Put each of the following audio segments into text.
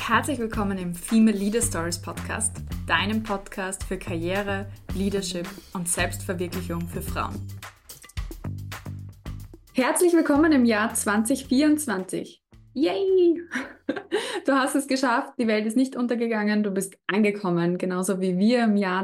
Herzlich willkommen im Female Leader Stories Podcast, deinem Podcast für Karriere, Leadership und Selbstverwirklichung für Frauen. Herzlich willkommen im Jahr 2024. Yay! Du hast es geschafft, die Welt ist nicht untergegangen, du bist angekommen, genauso wie wir im Jahr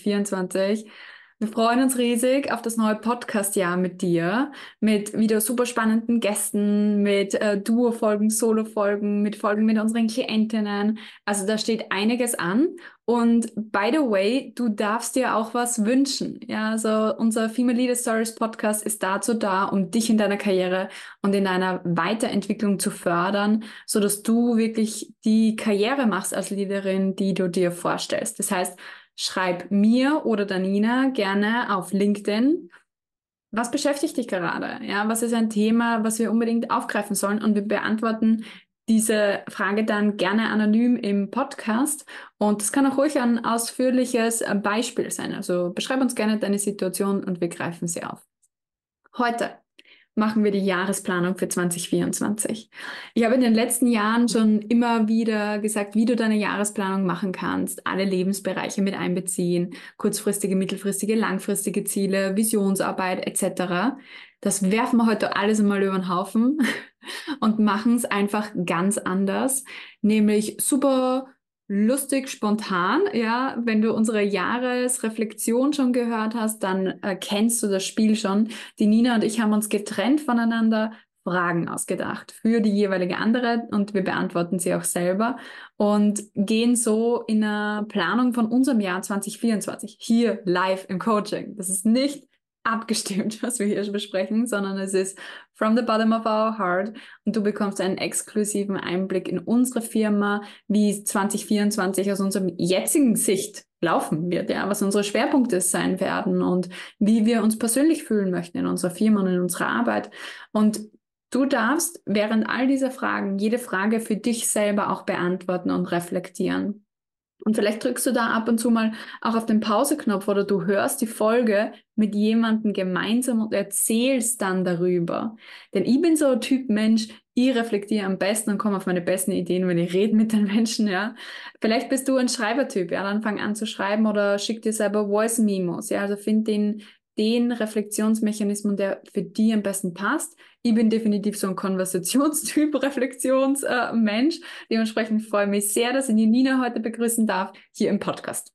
2024. Wir freuen uns riesig auf das neue Podcast-Jahr mit dir, mit wieder super spannenden Gästen, mit Duo-Folgen, Solo-Folgen, mit Folgen mit unseren Klientinnen. Also da steht einiges an. Und by the way, du darfst dir auch was wünschen. Ja, also unser Female Leader Stories Podcast ist dazu da, um dich in deiner Karriere und in deiner Weiterentwicklung zu fördern, so dass du wirklich die Karriere machst als Leaderin, die du dir vorstellst. Das heißt, schreib mir oder der Nina gerne auf LinkedIn, was beschäftigt dich gerade? Ja, was ist ein Thema, was wir unbedingt aufgreifen sollen? Und wir beantworten diese Frage dann gerne anonym im Podcast. Und das kann auch ruhig ein ausführliches Beispiel sein. Also beschreib uns gerne deine Situation und wir greifen sie auf. Heute machen wir die Jahresplanung für 2024. Ich habe in den letzten Jahren schon immer wieder gesagt, wie du deine Jahresplanung machen kannst, alle Lebensbereiche mit einbeziehen, kurzfristige, mittelfristige, langfristige Ziele, Visionsarbeit etc. Das werfen wir heute alles einmal über den Haufen und machen es einfach ganz anders, nämlich super lustig, spontan, ja. Wenn du unsere Jahresreflexion schon gehört hast, dann kennst du das Spiel schon. Die Nina und ich haben uns getrennt voneinander Fragen ausgedacht für die jeweilige andere und wir beantworten sie auch selber und gehen so in einer Planung von unserem Jahr 2024 hier live im Coaching. Das ist nicht abgestimmt, was wir hier besprechen, sondern es ist from the bottom of our heart und du bekommst einen exklusiven Einblick in unsere Firma, wie 2024 aus unserem jetzigen Sicht laufen wird, ja, was unsere Schwerpunkte sein werden und wie wir uns persönlich fühlen möchten in unserer Firma und in unserer Arbeit. Und du darfst während all dieser Fragen jede Frage für dich selber auch beantworten und reflektieren. Und vielleicht drückst du da ab und zu mal auch auf den Pause-Knopf oder du hörst die Folge mit jemandem gemeinsam und erzählst dann darüber. Denn ich bin so ein Typ Mensch, ich reflektiere am besten und komme auf meine besten Ideen, wenn ich rede mit den Menschen, ja. Vielleicht bist du ein Schreibertyp, ja, dann fang an zu schreiben oder schick dir selber Voice-Memos, ja, also find den Reflexionsmechanismus, der für dich am besten passt. Ich bin definitiv so ein Konversationstyp, Reflexionsmensch. Dementsprechend freue ich mich sehr, dass ich die Nina heute begrüßen darf, hier im Podcast.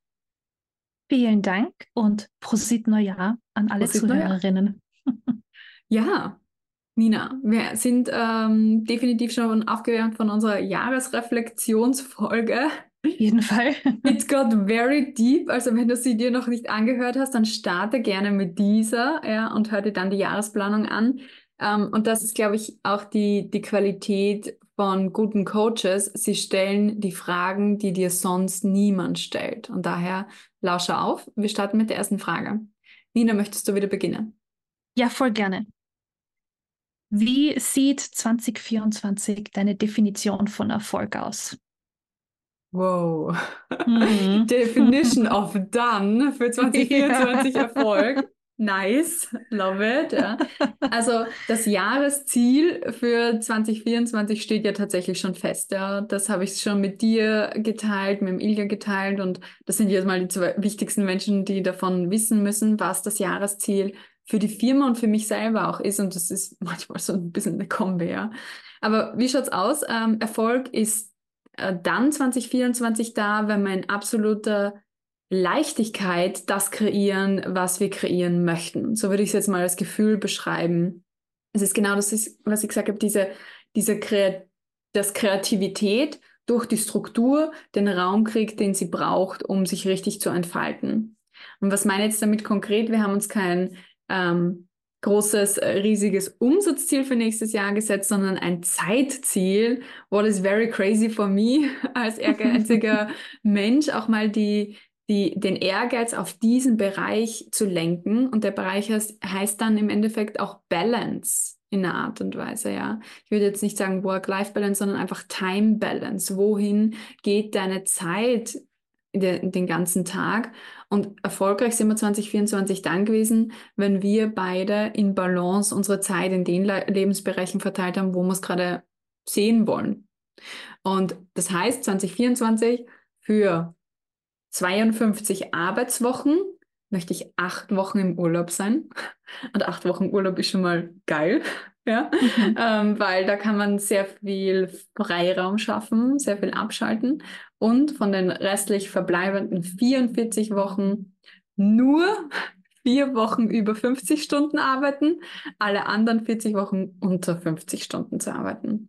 Vielen Dank und Prosit Neujahr an alle Prosit Zuhörerinnen. Ja, Nina, wir sind definitiv schon aufgewärmt von unserer Jahresreflexionsfolge. Auf jeden Fall. It got very deep, also wenn du sie dir noch nicht angehört hast, dann starte gerne mit dieser, ja, und hör dir dann die Jahresplanung an. Und das ist, glaube ich, auch die Qualität von guten Coaches. Sie stellen die Fragen, die dir sonst niemand stellt. Und daher lausche auf. Wir starten mit der ersten Frage. Nina, möchtest du wieder beginnen? Ja, voll gerne. Wie sieht 2024 deine Definition von Erfolg aus? Wow. Definition of done für 2024 Ja. Erfolg. Nice, love it. Ja. Also das Jahresziel für 2024 steht ja tatsächlich schon fest. Ja. Das habe ich schon mit dir geteilt, mit dem Ilja geteilt und das sind jetzt mal die zwei wichtigsten Menschen, die davon wissen müssen, was das Jahresziel für die Firma und für mich selber auch ist. Und das ist manchmal so ein bisschen eine Kombi. Ja. Aber wie schaut's aus? Erfolg ist dann 2024 da, wenn wir in absoluter Leichtigkeit das kreieren, was wir kreieren möchten. So würde ich es jetzt mal als Gefühl beschreiben. Es ist genau das, was ich gesagt habe, dass Kreativität durch die Struktur den Raum kriegt, den sie braucht, um sich richtig zu entfalten. Und was meine ich jetzt damit konkret? Wir haben uns kein großes, riesiges Umsatzziel für nächstes Jahr gesetzt, sondern ein Zeitziel. What is very crazy for me als ehrgeiziger Mensch, auch mal den Ehrgeiz auf diesen Bereich zu lenken. Und der Bereich heißt dann im Endeffekt auch Balance in einer Art und Weise, ja. Ich würde jetzt nicht sagen Work-Life-Balance, sondern einfach Time-Balance. Wohin geht deine Zeit den ganzen Tag? Und erfolgreich sind wir 2024 dann gewesen, wenn wir beide in Balance unsere Zeit in den Lebensbereichen verteilt haben, wo wir es gerade sehen wollen. Und das heißt, 2024 für 52 Arbeitswochen möchte ich 8 Wochen im Urlaub sein. Und 8 Wochen Urlaub ist schon mal geil, ja, Mhm. weil da kann man sehr viel Freiraum schaffen, sehr viel abschalten und von den restlich verbleibenden 44 Wochen nur 4 Wochen über 50 Stunden arbeiten, alle anderen 40 Wochen unter 50 Stunden zu arbeiten.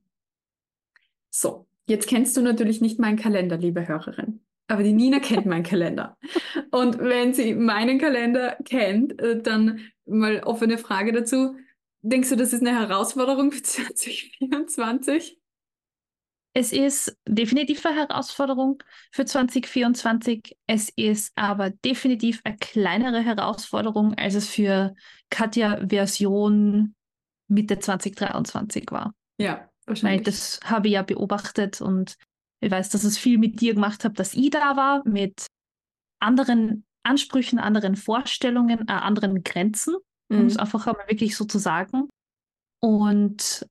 So, jetzt kennst du natürlich nicht meinen Kalender, liebe Hörerin. Aber die Nina kennt meinen Kalender. Und wenn sie meinen Kalender kennt, dann mal offene Frage dazu. Denkst du, das ist eine Herausforderung für 2024? Es ist definitiv eine Herausforderung für 2024. Es ist aber definitiv eine kleinere Herausforderung, als es für Katja Version Mitte 2023 war. Ja, Weil wahrscheinlich. das habe ich ja beobachtet und ich weiß, dass es viel mit dir gemacht hat, dass ich da war, mit anderen Ansprüchen, anderen Vorstellungen, anderen Grenzen, um es Mhm. einfach einmal wirklich so zu sagen. Und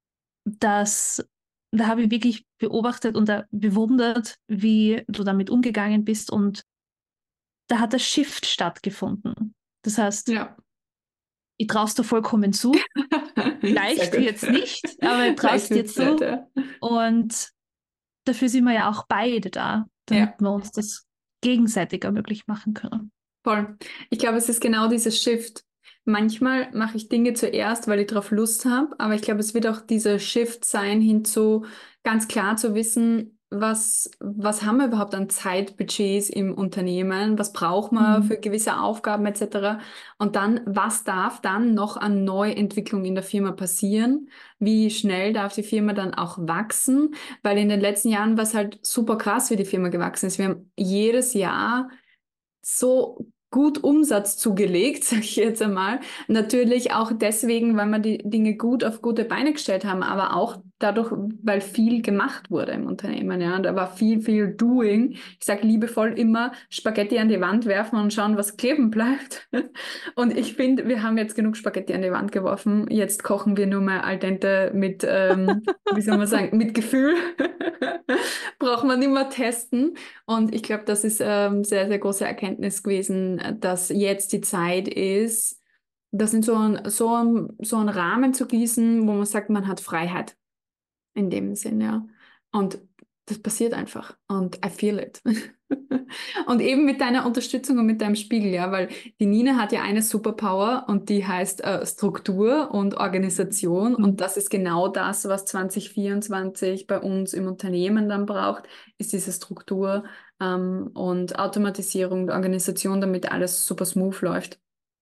das, da habe ich wirklich beobachtet und bewundert, wie du damit umgegangen bist. Und da hat der Shift stattgefunden. Das heißt, Ja. ich traue es dir vollkommen zu. Sehr Leicht gut. jetzt nicht, aber ich traue es Leicht dir wird's nicht, zu. ja. Und dafür sind wir ja auch beide da, damit Ja. wir uns das gegenseitig ermöglich machen können. Voll. Ich glaube, es ist genau dieses Shift. Manchmal mache ich Dinge zuerst, weil ich darauf Lust habe, aber ich glaube, es wird auch dieser Shift sein, hinzu ganz klar zu wissen, was haben wir überhaupt an Zeitbudgets im Unternehmen, was braucht man Mhm. für gewisse Aufgaben etc. Und dann, was darf dann noch an Neuentwicklung in der Firma passieren? Wie schnell darf die Firma dann auch wachsen? Weil in den letzten Jahren war es halt super krass, wie die Firma gewachsen ist. Wir haben jedes Jahr so gut Umsatz zugelegt, sag ich jetzt einmal. Natürlich auch deswegen, weil wir die Dinge gut auf gute Beine gestellt haben, aber auch dadurch, weil viel gemacht wurde im Unternehmen. Ja, und da war viel, viel Doing. Ich sage liebevoll immer Spaghetti an die Wand werfen und schauen, was kleben bleibt. Und ich finde, wir haben jetzt genug Spaghetti an die Wand geworfen. Jetzt kochen wir nur mal al dente mit, wie soll man sagen, mit Gefühl. Braucht man nicht mehr testen. Und ich glaube, das ist sehr, sehr große Erkenntnis gewesen, dass jetzt die Zeit ist, das in so einen Rahmen zu gießen, wo man sagt, man hat Freiheit in dem Sinn, ja. Und das passiert einfach. Und I feel it. Und eben mit deiner Unterstützung und mit deinem Spiegel, ja, weil die Nina hat ja eine Superpower und die heißt Struktur und Organisation. Und Mhm. das ist genau das, was 2024 bei uns im Unternehmen dann braucht, ist diese Struktur und Automatisierung der Organisation, damit alles super smooth läuft.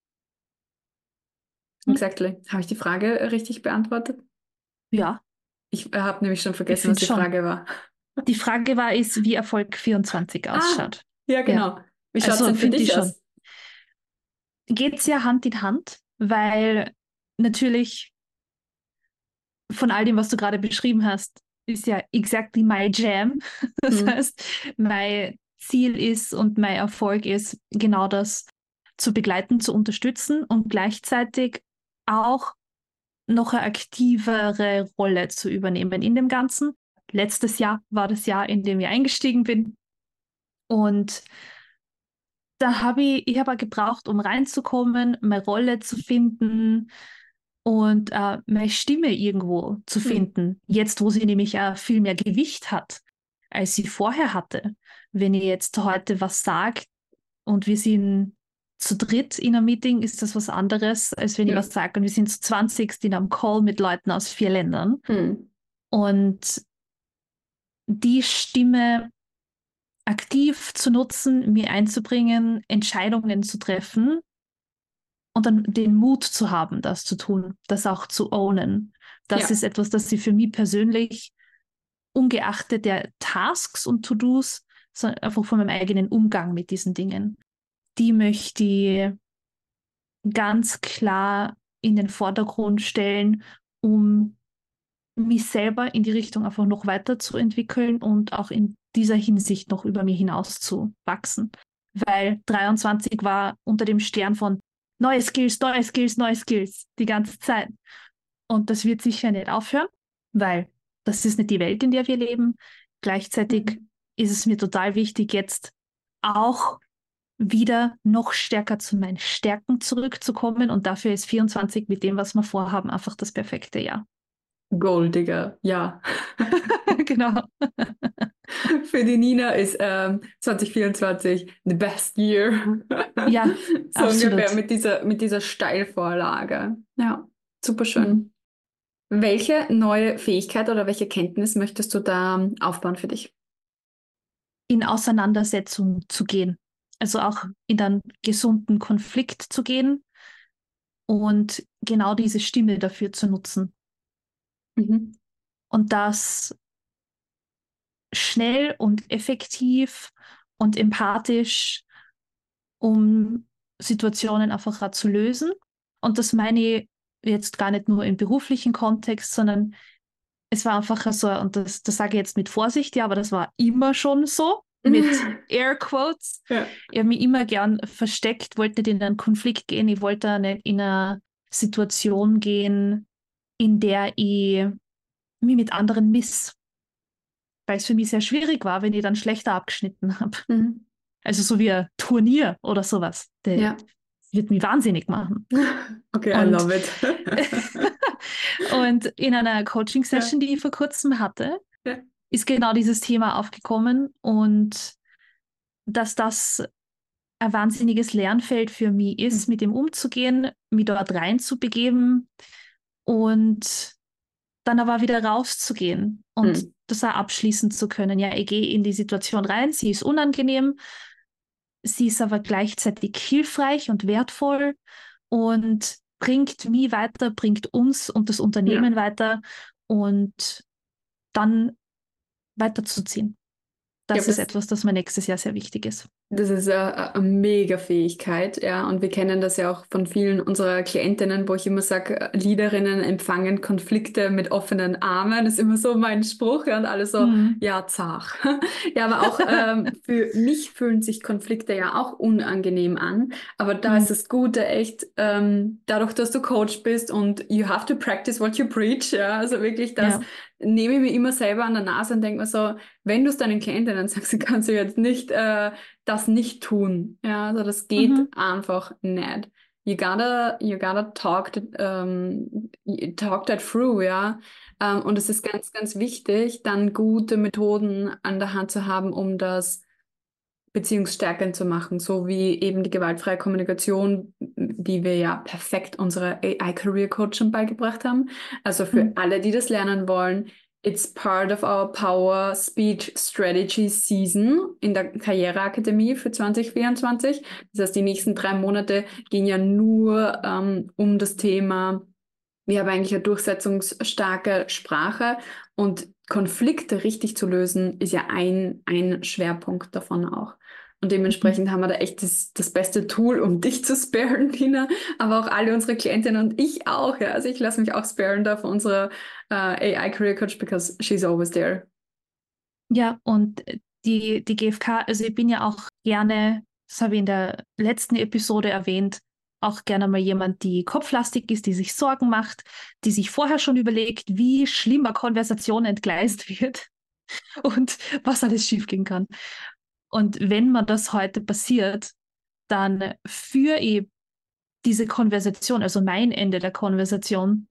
Exactly. Habe ich die Frage richtig beantwortet? Ja, Ich habe nämlich schon ich vergessen, was finde die schon. Frage war. Die Frage war, ist, wie Erfolg 24 Ah, ausschaut. ja, Ja, genau. Wie schaut's also denn für finde ich dich schon. aus? Geht sehr Hand in Hand, weil natürlich von all dem, was du gerade beschrieben hast, ist ja exactly my jam. Das Hm. heißt, mein Ziel ist und mein Erfolg ist, genau das zu begleiten, zu unterstützen und gleichzeitig auch noch eine aktivere Rolle zu übernehmen in dem Ganzen. Letztes Jahr war das Jahr, in dem ich eingestiegen bin. Und ich habe gebraucht, um reinzukommen, meine Rolle zu finden und meine Stimme irgendwo zu Hm. finden. Jetzt, wo sie nämlich viel mehr Gewicht hat, als sie vorher hatte. Wenn ich jetzt heute was sage und wir sind zu dritt in einem Meeting, ist das was anderes, als wenn ich Ja. was sage und wir sind zu 20 in einem Call mit Leuten aus 4 Ländern. Hm. Und die Stimme aktiv zu nutzen, mir einzubringen, Entscheidungen zu treffen und dann den Mut zu haben, das zu tun, das auch zu ownen. Das Ja. ist etwas, das sie für mich persönlich, ungeachtet der Tasks und To-Dos, sondern einfach von meinem eigenen Umgang mit diesen Dingen, die möchte ich ganz klar in den Vordergrund stellen, um mich selber in die Richtung einfach noch weiterzuentwickeln und auch in dieser Hinsicht noch über mir hinaus zu wachsen. Weil 23 war unter dem Stern von neue Skills, neue Skills, neue Skills die ganze Zeit. Und das wird sicher nicht aufhören, weil das ist nicht die Welt, in der wir leben. Gleichzeitig ist es mir total wichtig, jetzt auch wieder noch stärker zu meinen Stärken zurückzukommen. Und dafür ist 24 mit dem, was wir vorhaben, einfach das perfekte Jahr. Goldiger, ja. Genau. Für die Nina ist 2024 the best year. Ja, So ungefähr absolut. mit dieser Steilvorlage. Ja, super Mhm. schön. Welche neue Fähigkeit oder welche Kenntnis möchtest du da aufbauen für dich? In Auseinandersetzung zu gehen. Also auch in einen gesunden Konflikt zu gehen und genau diese Stimme dafür zu nutzen. Mhm. Und das schnell und effektiv und empathisch, um Situationen einfach auch zu lösen. Und das meine ich jetzt gar nicht nur im beruflichen Kontext, sondern es war einfach so, und das sage ich jetzt mit Vorsicht, ja, aber das war immer schon so, mit Air Quotes. Ja. Ich habe mich immer gern versteckt, wollte nicht in einen Konflikt gehen, ich wollte nicht in eine Situation gehen, in der ich mich mit anderen miss, weil es für mich sehr schwierig war, wenn ich dann schlechter abgeschnitten habe. Mhm. Also so wie ein Turnier oder sowas. Der Ja. wird mich wahnsinnig machen. Okay, I Und, love it. und in einer Ja. Coaching-Session, die ich vor kurzem hatte, Ja. ist genau dieses Thema aufgekommen und dass das ein wahnsinniges Lernfeld für mich ist, Mhm. mit dem umzugehen, mich dort reinzubegeben und dann aber wieder rauszugehen und Mhm. das auch abschließen zu können. Ja, ich gehe in die Situation rein, sie ist unangenehm, sie ist aber gleichzeitig hilfreich und wertvoll und bringt mich weiter, bringt uns und das Ja. Unternehmen weiter und dann weiterzuziehen. Ich Das glaube, ist etwas, das mir nächstes Jahr sehr wichtig ist. das ist eine mega Fähigkeit, ja. Und wir kennen das ja auch von vielen unserer Klientinnen, wo ich immer sage, Leaderinnen empfangen Konflikte mit offenen Armen. Das ist immer so mein Spruch, ja. Und alle so, Mhm. ja, zach. Ja, aber auch für mich fühlen sich Konflikte ja auch unangenehm an. Aber da ist Mhm. das Gute echt, dadurch, dass du Coach bist und you have to practice what you preach, ja. Also wirklich das Ja. nehme ich mir immer selber an der Nase und denke mir so, wenn du es deinen Klientinnen sagst, dann kannst du jetzt nicht das nicht tun. Ja, also das geht Mhm. einfach nicht. You gotta talk that through, ja. Und es ist ganz, ganz wichtig, dann gute Methoden an der Hand zu haben, um das beziehungsstärkend zu machen, so wie eben die gewaltfreie Kommunikation, die wir ja perfekt unserer AI Career Coaching beigebracht haben. Also für Mhm. alle, die das lernen wollen, it's part of our Power Speech Strategy Season in der Karriereakademie für 2024. Das heißt, die nächsten 3 Monate gehen ja nur um das Thema, wir haben eigentlich eine durchsetzungsstarke Sprache und Konflikte richtig zu lösen, ist ja ein Schwerpunkt davon auch. Und Mhm. dementsprechend haben wir da echt das beste Tool, um dich zu sparen, Tina, aber auch alle unsere Klientinnen und ich auch. Ja. Also ich lasse mich auch sparen da von unserer AI Career Coach, because she's always there. Ja, und die GfK, also ich bin ja auch gerne, das habe ich in der letzten Episode erwähnt, auch gerne mal jemand, die kopflastig ist, die sich Sorgen macht, die sich vorher schon überlegt, wie schlimm eine Konversation entgleist wird und was alles schiefgehen kann. Und wenn man das heute passiert, dann führe ich diese Konversation, also mein Ende der Konversation,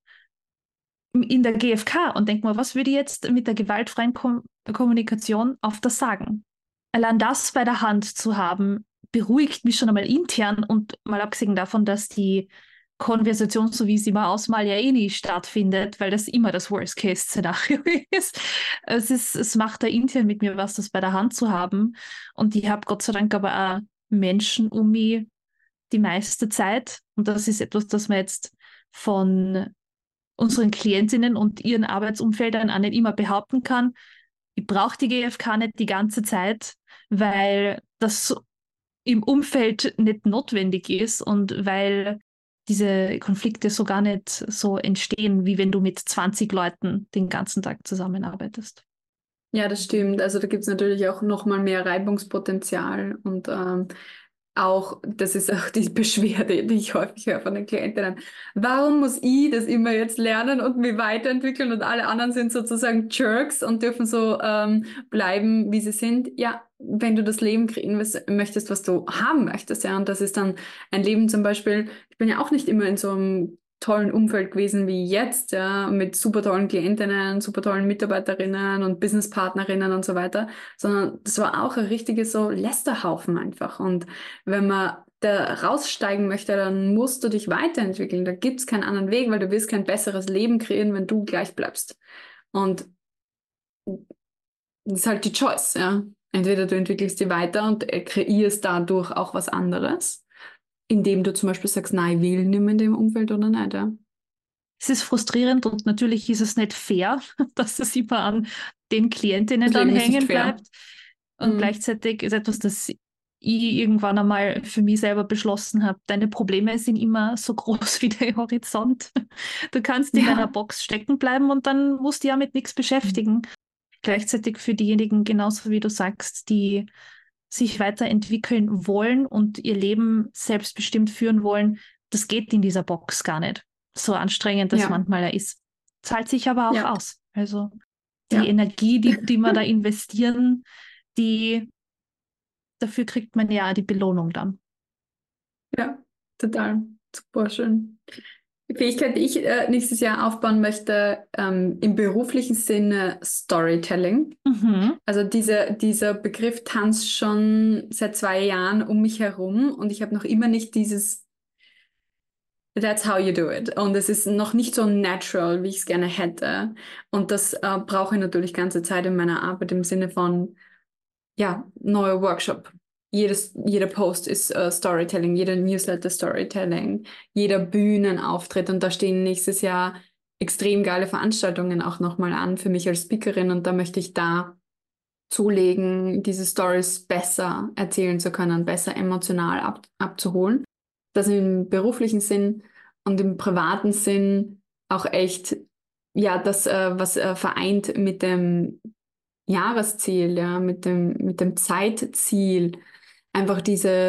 in der GfK und denke mal, was würde ich jetzt mit der gewaltfreien Kommunikation auf das sagen? Allein das bei der Hand zu haben, beruhigt mich schon einmal intern und mal abgesehen davon, dass die Konversation, so wie sie mal ausmal ja eh nie stattfindet, weil das immer das Worst-Case-Szenario ist. Es macht da intern mit mir was, das bei der Hand zu haben. Und ich habe Gott sei Dank aber auch Menschen um mich die meiste Zeit. Und das ist etwas, das man jetzt von unseren Klientinnen und ihren Arbeitsumfeldern auch nicht immer behaupten kann. Ich brauche die GfK nicht die ganze Zeit, weil das im Umfeld nicht notwendig ist und weil diese Konflikte so gar nicht so entstehen, wie wenn du mit 20 Leuten den ganzen Tag zusammenarbeitest. Ja, das stimmt. Also da gibt es natürlich auch noch mal mehr Reibungspotenzial und auch, das ist auch die Beschwerde, die ich häufig höre von den Klientinnen. Warum muss ich das immer jetzt lernen und mich weiterentwickeln und alle anderen sind sozusagen Jerks und dürfen so bleiben, wie sie sind? Ja, wenn du das Leben kriegen möchtest, was du haben möchtest, ja, und das ist dann ein Leben zum Beispiel, ich bin ja auch nicht immer in so einem tollen Umfeld gewesen wie jetzt, ja, mit super tollen Klientinnen, super tollen Mitarbeiterinnen und Businesspartnerinnen und so weiter, sondern das war auch ein richtiges so Lästerhaufen einfach. Und wenn man da raussteigen möchte, dann musst du dich weiterentwickeln. Da gibt's keinen anderen Weg, weil du wirst kein besseres Leben kreieren, wenn du gleich bleibst. Und das ist halt die Choice, ja. Entweder du entwickelst dich weiter und kreierst dadurch auch was anderes, indem du zum Beispiel sagst, nein, ich will nicht mehr in dem Umfeld oder nicht, ja. Es ist frustrierend und natürlich ist es nicht fair, dass es immer an den Klientinnen Das dann Leben ist nicht hängen fair. bleibt. Und Mhm. gleichzeitig ist etwas, das ich irgendwann einmal für mich selber beschlossen habe. Deine Probleme sind immer so groß wie der Horizont. Du kannst in deiner Ja. Box stecken bleiben und dann musst du ja mit nichts beschäftigen. Gleichzeitig für diejenigen, genauso wie du sagst, die sich weiterentwickeln wollen und ihr Leben selbstbestimmt führen wollen, das geht in dieser Box gar nicht. So anstrengend das Ja. manchmal ist. Zahlt sich aber auch Ja. aus. Also die Ja. Energie, die wir da investieren, die, dafür kriegt man ja die Belohnung dann. Ja. Total. Super schön. Die Fähigkeit, die ich nächstes Jahr aufbauen möchte, im beruflichen Sinne Storytelling. Mhm. Also dieser Begriff tanzt schon seit 2 Jahren um mich herum und ich habe noch immer nicht dieses That's how you do it. Und es ist noch nicht so natural, wie ich es gerne hätte. Und das brauche ich natürlich ganze Zeit in meiner Arbeit im Sinne von, ja, neuer Workshop. Jeder Post ist Storytelling, jeder Newsletter Storytelling, jeder Bühnenauftritt. Und da stehen nächstes Jahr extrem geile Veranstaltungen auch nochmal an für mich als Speakerin. Und da möchte ich da zulegen, diese Stories besser erzählen zu können, besser emotional abzuholen. Das im beruflichen Sinn und im privaten Sinn auch echt, ja, das, was vereint mit dem Jahresziel, ja, mit dem Zeitziel. Einfach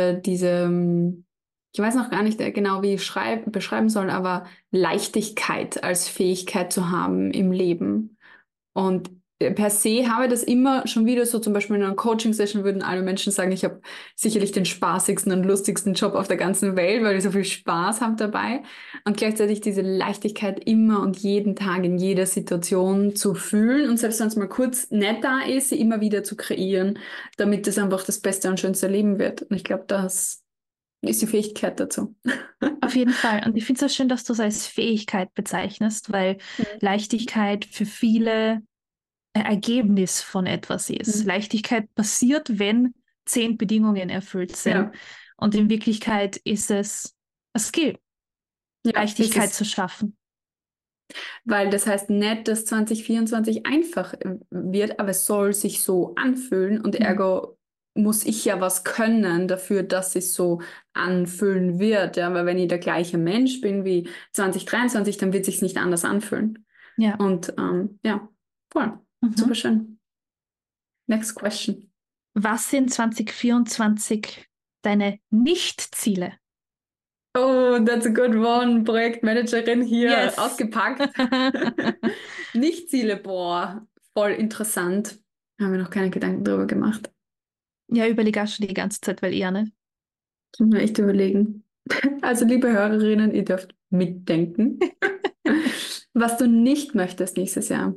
ich weiß noch gar nicht genau, wie ich beschreiben soll, aber Leichtigkeit als Fähigkeit zu haben im Leben. Und per se habe ich das immer schon wieder so, zum Beispiel in einer Coaching-Session würden alle Menschen sagen, ich habe sicherlich den spaßigsten und lustigsten Job auf der ganzen Welt, weil ich so viel Spaß habe dabei. Und gleichzeitig diese Leichtigkeit immer und jeden Tag in jeder Situation zu fühlen und selbst wenn es mal kurz nicht da ist, sie immer wieder zu kreieren, damit es einfach das beste und schönste Leben wird. Und ich glaube, das ist die Fähigkeit dazu. Auf jeden Fall. Und ich finde es so schön, dass du es als Fähigkeit bezeichnest, weil Mhm. Leichtigkeit für viele ein Ergebnis von etwas ist. Mhm. Leichtigkeit passiert, wenn 10 Bedingungen erfüllt sind. Ja, Und in Wirklichkeit ist es ein Skill, ja, ist Leichtigkeit es. zu schaffen. Weil das heißt nicht, dass 2024 einfach wird, aber es soll sich so anfühlen und Hm. ergo muss ich ja was können dafür, dass es so anfühlen wird. Ja, weil wenn ich der gleiche Mensch bin wie 2023, dann wird sich's nicht anders anfühlen. Ja. Und ja, voll. Super Mhm. schön. Next question. Was sind 2024 deine Nicht-Ziele? Oh, that's a good one. Projektmanagerin hier Yes. ausgepackt. Nicht-Ziele, boah, voll interessant. Haben wir noch keine Gedanken drüber gemacht. Ja, überlege auch schon die ganze Zeit, weil eher nicht. Das muss man echt überlegen. Also, liebe Hörerinnen, ihr dürft mitdenken, was du nicht möchtest nächstes Jahr.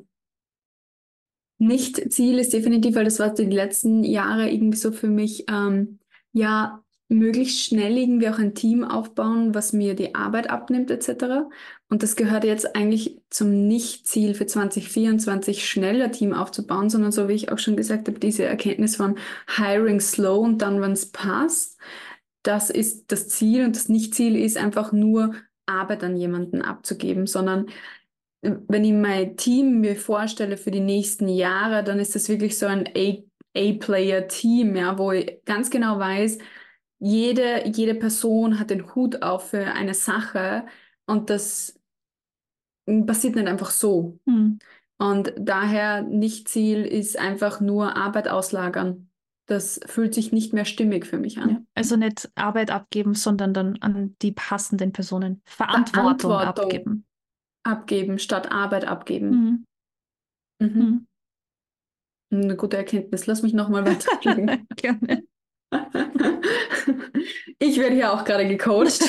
Nicht Ziel ist definitiv, weil das war die letzten Jahre irgendwie so für mich, ja, möglichst schnell irgendwie auch ein Team aufbauen, was mir die Arbeit abnimmt, etc. Und das gehört jetzt eigentlich zum Nicht-Ziel für 2024, schneller Team aufzubauen, sondern so wie ich auch schon gesagt habe, diese Erkenntnis von Hiring slow und dann, wenn es passt. Das ist das Ziel und das Nicht-Ziel ist einfach nur Arbeit an jemanden abzugeben, sondern wenn ich mein Team mir vorstelle für die nächsten Jahre, dann ist das wirklich so ein A-Player-Team, ja, wo ich ganz genau weiß, jede Person hat den Hut auf für eine Sache und das passiert nicht einfach so. Hm. Und daher Nicht-Ziel ist einfach nur Arbeit auslagern. Das fühlt sich nicht mehr stimmig für mich Ja. an. Also nicht Arbeit abgeben, sondern dann an die passenden Personen Verantwortung Verantwortung abgeben. abgeben statt Arbeit abgeben. Mhm. Mhm. Mhm. Eine gute Erkenntnis. Lass mich nochmal weitergehen. Gerne. Ich werde hier auch gerade gecoacht.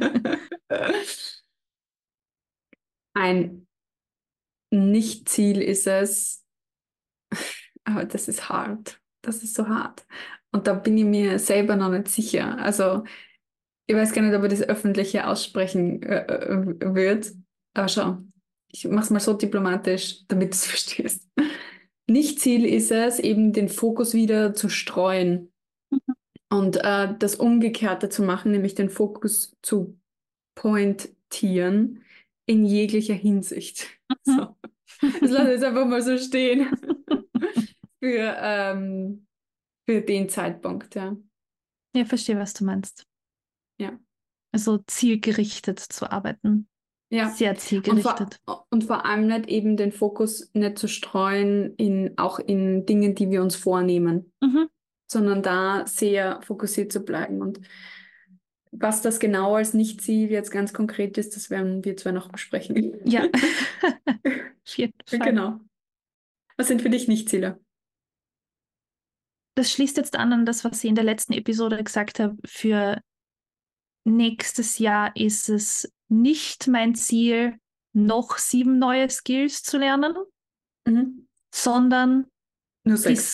Ein Nicht-Ziel ist es, aber das ist hart. Das ist so hart. Und da bin ich mir selber noch nicht sicher. Also, ich weiß gar nicht, ob er das öffentliche aussprechen wird. Aber schau, ich mache es mal so diplomatisch, damit du es verstehst. Nicht-Ziel ist es, eben den Fokus wieder zu streuen und das Umgekehrte zu machen, nämlich den Fokus zu pointieren in jeglicher Hinsicht. Mhm. So. Das lasse ich jetzt einfach mal so stehen für, für den Zeitpunkt, ja. Ja, verstehe, was du meinst. Ja. Also zielgerichtet zu arbeiten. Ja. Sehr zielgerichtet. Und vor allem nicht eben den Fokus nicht zu streuen auch in Dingen, die wir uns vornehmen, Mhm. sondern da sehr fokussiert zu bleiben. Und was das genau als Nicht-Ziel jetzt ganz konkret ist, das werden wir zwar noch besprechen. Ja, auf jeden Fall. Genau. Was sind für dich Nicht-Ziele? Das schließt jetzt an das, was ich in der letzten Episode gesagt habe. Für nächstes Jahr ist es nicht mein Ziel, noch 7 neue Skills zu lernen, Mhm. sondern Nur die, 6.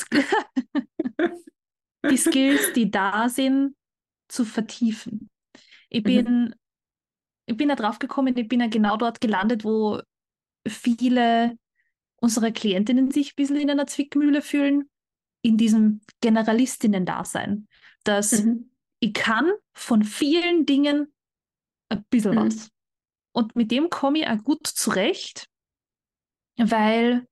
die Skills, die da sind, zu vertiefen. Ich Mhm. bin, ich bin da drauf gekommen, ich bin ja genau dort gelandet, wo viele unserer Klientinnen sich ein bisschen in einer Zwickmühle fühlen, in diesem Generalistinnen-Dasein, dass Mhm. ich kann von vielen Dingen ein bisschen Mhm. was. Und mit dem komme ich auch gut zurecht, weil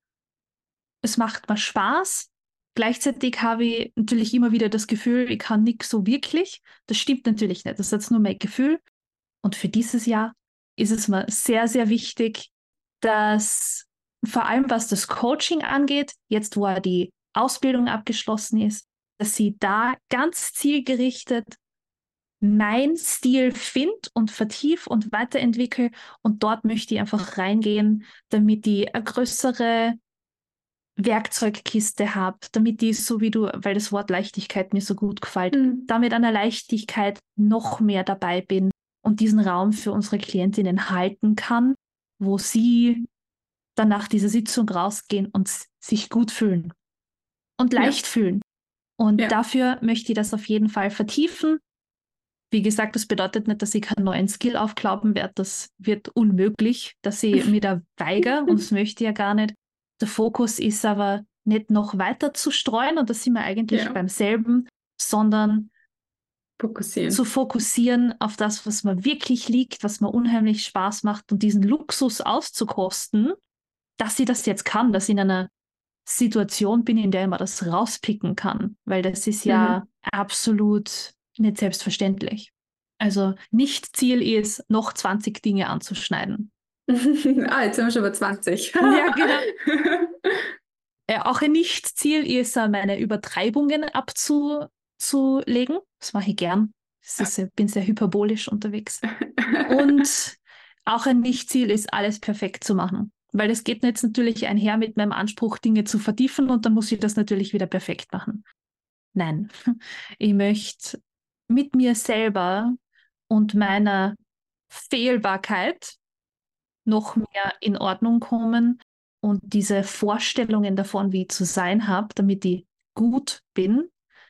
es macht mir Spaß. Gleichzeitig habe ich natürlich immer wieder das Gefühl, ich kann nichts so wirklich. Das stimmt natürlich nicht. Das ist jetzt nur mein Gefühl. Und für dieses Jahr ist es mir sehr, sehr wichtig, dass vor allem was das Coaching angeht, jetzt wo die Ausbildung abgeschlossen ist, dass sie da ganz zielgerichtet mein Stil finde und vertief und weiterentwickle. Und dort möchte ich einfach reingehen, damit ich eine größere Werkzeugkiste habe, damit ich so wie du, weil das Wort Leichtigkeit mir so gut gefällt, Mhm. damit an der Leichtigkeit noch mehr dabei bin und diesen Raum für unsere Klientinnen halten kann, wo sie dann nach dieser Sitzung rausgehen und sich gut fühlen und Ja, leicht fühlen. Und ja. dafür möchte ich das auf jeden Fall vertiefen. Wie gesagt, das bedeutet nicht, dass ich keinen neuen Skill aufklappen werde. Das wird unmöglich, dass ich mir da weigere und das möchte ich ja gar nicht. Der Fokus ist aber nicht noch weiter zu streuen und da sind wir eigentlich Ja, beim selben, sondern zu fokussieren. fokussieren auf das, was mir wirklich liegt, was mir unheimlich Spaß macht und diesen Luxus auszukosten, dass ich das jetzt kann, dass ich in einer Situation bin, in der ich mir das rauspicken kann, weil das ist ja Mhm. absolut nicht selbstverständlich. Also nicht Ziel ist, noch 20 Dinge anzuschneiden. Ah, jetzt sind wir schon bei 20. Ja, genau. Auch ein Nicht-Ziel ist, meine Übertreibungen abzulegen. Das mache ich gern. Ich bin sehr hyperbolisch unterwegs. Und auch ein Nicht-Ziel ist, alles perfekt zu machen. Weil es geht jetzt natürlich einher mit meinem Anspruch, Dinge zu vertiefen und dann muss ich das natürlich wieder perfekt machen. Nein, ich möchte mit mir selber und meiner Fehlbarkeit noch mehr in Ordnung kommen und diese Vorstellungen davon, wie ich zu sein habe, damit ich gut bin,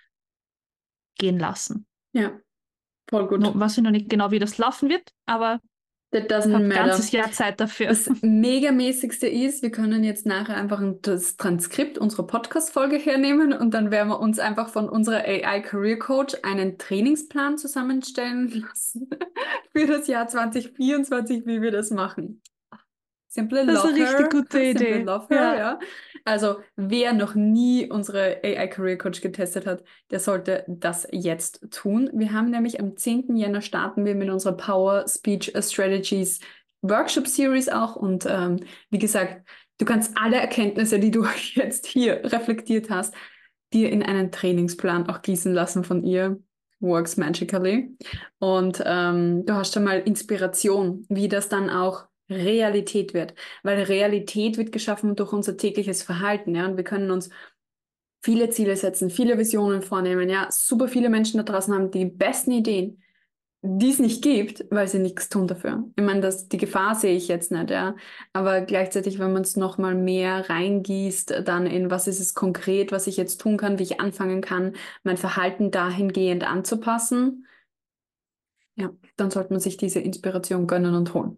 gehen lassen. Ja, voll No, gut. weiß ich noch nicht genau, wie das laufen wird, aber That ich doesn't habe ein ganzes matter. Jahr Zeit dafür. Das Megamäßigste ist, wir können jetzt nachher einfach das Transkript unserer Podcast-Folge hernehmen und dann werden wir uns einfach von unserer AI Career Coach einen Trainingsplan zusammenstellen lassen für das Jahr 2024, wie wir das machen. Simple Das ist eine richtig Locker, gute Simple Idee. Locker, Ja. ja. Also, wer noch nie unsere AI Career Coach getestet hat, der sollte das jetzt tun. Wir haben nämlich am 10. Jänner starten wir mit unserer Power Speech Strategies Workshop Series auch. Und wie gesagt, du kannst alle Erkenntnisse, die du jetzt hier reflektiert hast, dir in einen Trainingsplan auch gießen lassen von ihr. Works magically. Und du hast schon mal Inspiration, wie das dann auch Realität wird. Weil Realität wird geschaffen durch unser tägliches Verhalten, ja. Und wir können uns viele Ziele setzen, viele Visionen vornehmen, ja. Super viele Menschen da draußen haben die besten Ideen, die es nicht gibt, weil sie nichts tun dafür. Ich meine, die Gefahr sehe ich jetzt nicht, ja. Aber gleichzeitig, wenn man es nochmal mehr reingießt, dann in was ist es konkret, was ich jetzt tun kann, wie ich anfangen kann, mein Verhalten dahingehend anzupassen, ja, dann sollte man sich diese Inspiration gönnen und holen.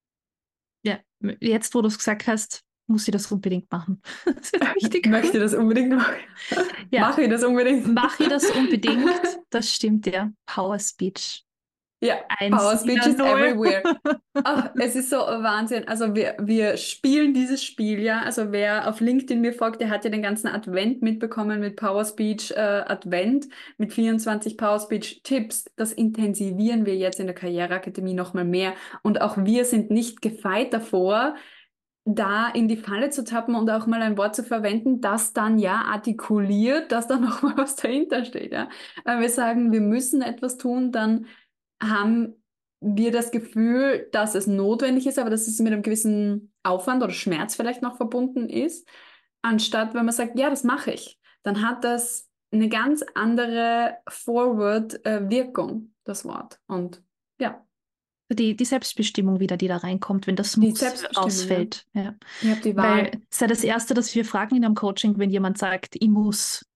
Ja, jetzt, wo du es gesagt hast, muss ich das unbedingt machen. Das ist wichtig. Möchte das unbedingt machen. Ja, Mache ich das unbedingt. mache ich das unbedingt. Das stimmt, ja. Power Speech Ja, Power Speech is 1.0. everywhere. Ach, es ist so Wahnsinn. Also wir spielen dieses Spiel, ja. Also wer auf LinkedIn mir folgt, der hat ja den ganzen Advent mitbekommen mit Power Speech Advent, mit 24 Power Speech Tipps. Das intensivieren wir jetzt in der Karriereakademie nochmal mehr. Und auch wir sind nicht gefeit davor, da in die Falle zu tappen und auch mal ein Wort zu verwenden, das dann ja artikuliert, dass da nochmal was dahinter steht, ja. Wenn wir sagen, wir müssen etwas tun, dann haben wir das Gefühl, dass es notwendig ist, aber dass es mit einem gewissen Aufwand oder Schmerz vielleicht noch verbunden ist, anstatt wenn man sagt, ja, das mache ich, dann hat das eine ganz andere Forward-Wirkung, das Wort. Und ja, Die Selbstbestimmung wieder, die da reinkommt, wenn das die Muss Selbstbestimmung, ja. rausfällt. Ja. Ich habe die Weil Wahl. es ist ja das Erste, das wir fragen in einem Coaching, wenn jemand sagt, ich muss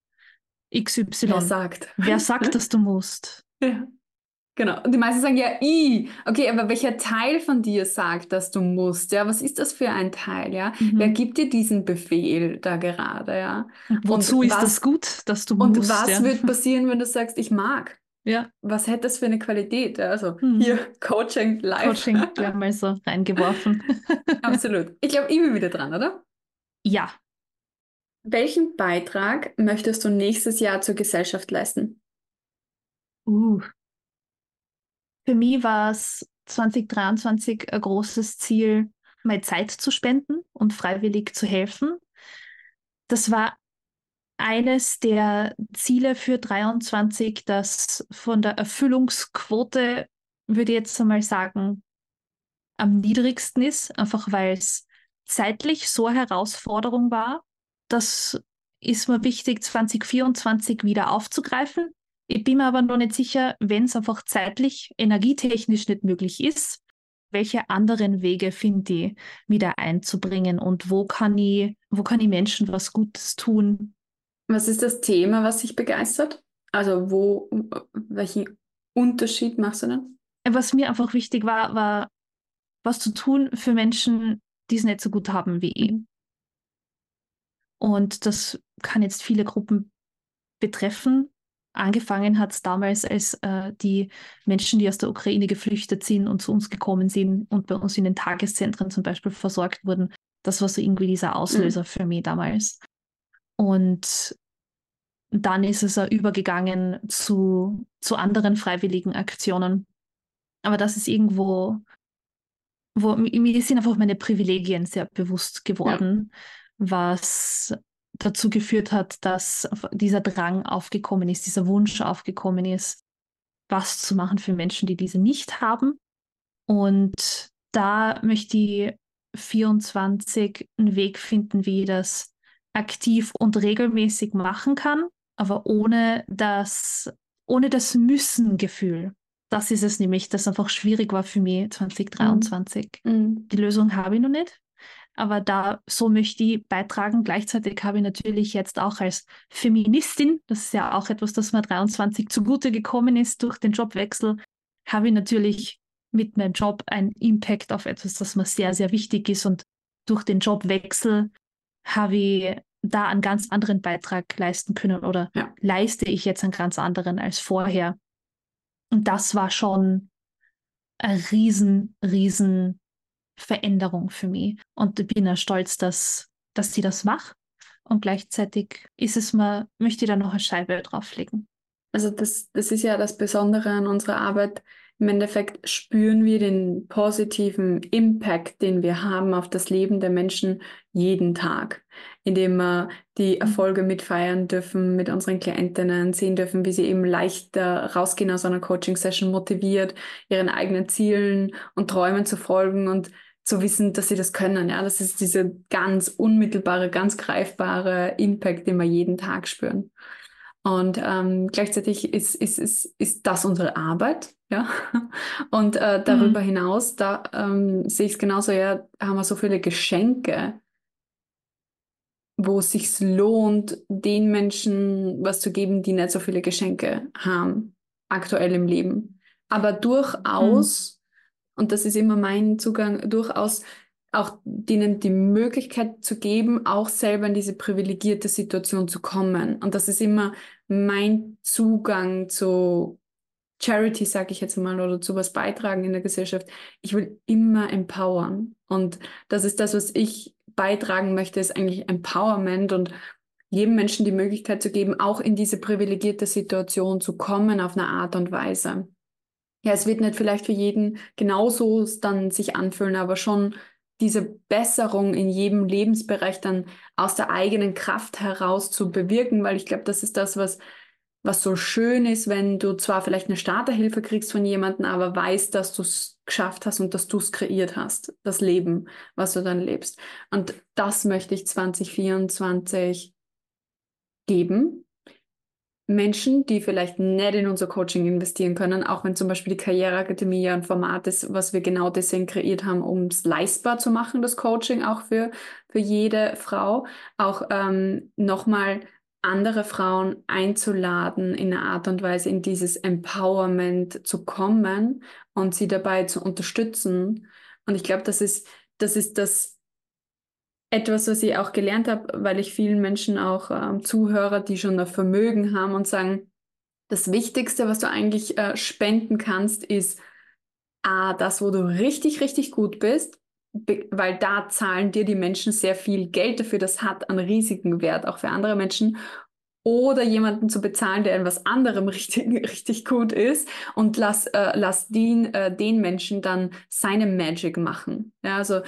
Wer XY. sagt? Wer sagt, dass du musst? Ja. Genau. Und die meisten sagen ja, I. Okay, aber welcher Teil von dir sagt, dass du musst? Ja, was ist das für ein Teil? Ja, wer Mhm. gibt dir diesen Befehl da gerade? Ja, Und und wozu ist das was, gut, dass du und musst? was Ja. wird passieren, wenn du sagst, ich mag? Ja. Was hätte das für eine Qualität? Ja, also hier Mhm. Coaching live. Coaching gleich mal so reingeworfen. Absolut. Ich glaube, ich bin wieder dran, oder? Ja. Welchen Beitrag möchtest du nächstes Jahr zur Gesellschaft leisten? Uh. Für mich war es 2023 ein großes Ziel, meine Zeit zu spenden und freiwillig zu helfen. Das war eines der Ziele für 23, das von der Erfüllungsquote, würde ich jetzt einmal sagen, am niedrigsten ist, einfach weil es zeitlich so eine Herausforderung war. Das ist mir wichtig, 2024 wieder aufzugreifen. Ich bin mir aber noch nicht sicher, wenn es einfach zeitlich, energietechnisch nicht möglich ist, welche anderen Wege finde ich, wieder einzubringen und wo kann ich Menschen was Gutes tun. Was ist das Thema, was dich begeistert? Also welchen Unterschied machst du denn? Was mir einfach wichtig war, war was zu tun für Menschen, die es nicht so gut haben wie ich. Und das kann jetzt viele Gruppen betreffen. Angefangen hat es damals, als die Menschen, die aus der Ukraine geflüchtet sind und zu uns gekommen sind und bei uns in den Tageszentren zum Beispiel versorgt wurden. Das war so irgendwie dieser Mhm. Auslöser für mich damals. Und dann ist es übergegangen zu anderen freiwilligen Aktionen. Aber das ist irgendwo, mir sind einfach meine Privilegien sehr bewusst Ja. geworden, was dazu geführt hat, dass dieser Drang aufgekommen ist, dieser Wunsch aufgekommen ist, was zu machen für Menschen, die diese nicht haben. Und da möchte ich 24 einen Weg finden, wie ich das aktiv und regelmäßig machen kann, aber ohne das Müssen-Gefühl. Das ist es nämlich, das einfach schwierig war für mich Mhm. 2023. Mhm. Die Lösung habe ich noch nicht, aber so möchte ich beitragen. Gleichzeitig habe ich natürlich jetzt auch als Feministin, das ist ja auch etwas, das mir 23 zugute gekommen ist durch den Jobwechsel, habe ich natürlich mit meinem Job einen Impact auf etwas, das mir sehr, sehr wichtig ist. Und durch den Jobwechsel habe ich da einen ganz anderen Beitrag leisten können oder Ja. leiste ich jetzt einen ganz anderen als vorher. Und das war schon eine riesen Veränderung für mich. Und ich bin ja stolz, dass sie das macht. Und gleichzeitig möchte ich da noch eine Scheibe drauflegen. Also das ist ja das Besondere an unserer Arbeit. im Endeffekt spüren wir den positiven Impact, den wir haben auf das Leben der Menschen jeden Tag, indem wir die Erfolge mitfeiern dürfen mit unseren Klientinnen, sehen dürfen, wie sie eben leichter rausgehen aus einer Coaching-Session, motiviert, ihren eigenen Zielen und Träumen zu folgen und zu wissen, dass sie das können. Ja, das ist dieser ganz unmittelbare, ganz greifbare Impact, den wir jeden Tag spüren. Und gleichzeitig ist das unsere Arbeit, ja. Und darüber Mhm. hinaus, da sehe ich es genauso, ja, haben wir so viele Geschenke, wo es sich lohnt, den Menschen was zu geben, die nicht so viele Geschenke haben, aktuell im Leben. Aber Mhm. durchaus, und das ist immer mein Zugang, durchaus auch denen die Möglichkeit zu geben, auch selber in diese privilegierte Situation zu kommen. Und das ist immer mein Zugang zu Charity, sage ich jetzt mal, oder zu was beitragen in der Gesellschaft. Ich will immer empowern. Und das ist das, was ich beitragen möchte, ist eigentlich Empowerment und jedem Menschen die Möglichkeit zu geben, auch in diese privilegierte Situation zu kommen auf eine Art und Weise. Ja, es wird nicht vielleicht für jeden genauso dann sich anfühlen, aber schon diese Besserung in jedem Lebensbereich dann aus der eigenen Kraft heraus zu bewirken, weil ich glaube, das ist das, was so schön ist, wenn du zwar vielleicht eine Starterhilfe kriegst von jemandem, aber weißt, dass du es geschafft hast und dass du es kreiert hast, das Leben, was du dann lebst. Und das möchte ich 2024 geben. Menschen, die vielleicht nicht in unser Coaching investieren können, auch wenn zum Beispiel die Karriereakademie ja ein Format ist, was wir genau deswegen kreiert haben, um es leistbar zu machen, das Coaching auch für jede Frau, auch nochmal andere Frauen einzuladen, in einer Art und Weise in dieses Empowerment zu kommen und sie dabei zu unterstützen. Und ich glaube, das ist das etwas, was ich auch gelernt habe, weil ich vielen Menschen auch zuhöre, die schon ein Vermögen haben und sagen, das Wichtigste, was du eigentlich spenden kannst, ist das, wo du richtig, richtig gut bist, weil da zahlen dir die Menschen sehr viel Geld dafür. Das hat einen riesigen Wert auch für andere Menschen. Oder jemanden zu bezahlen, der in was anderem richtig, richtig gut ist und lass den Menschen dann seine Magic machen. Ja, also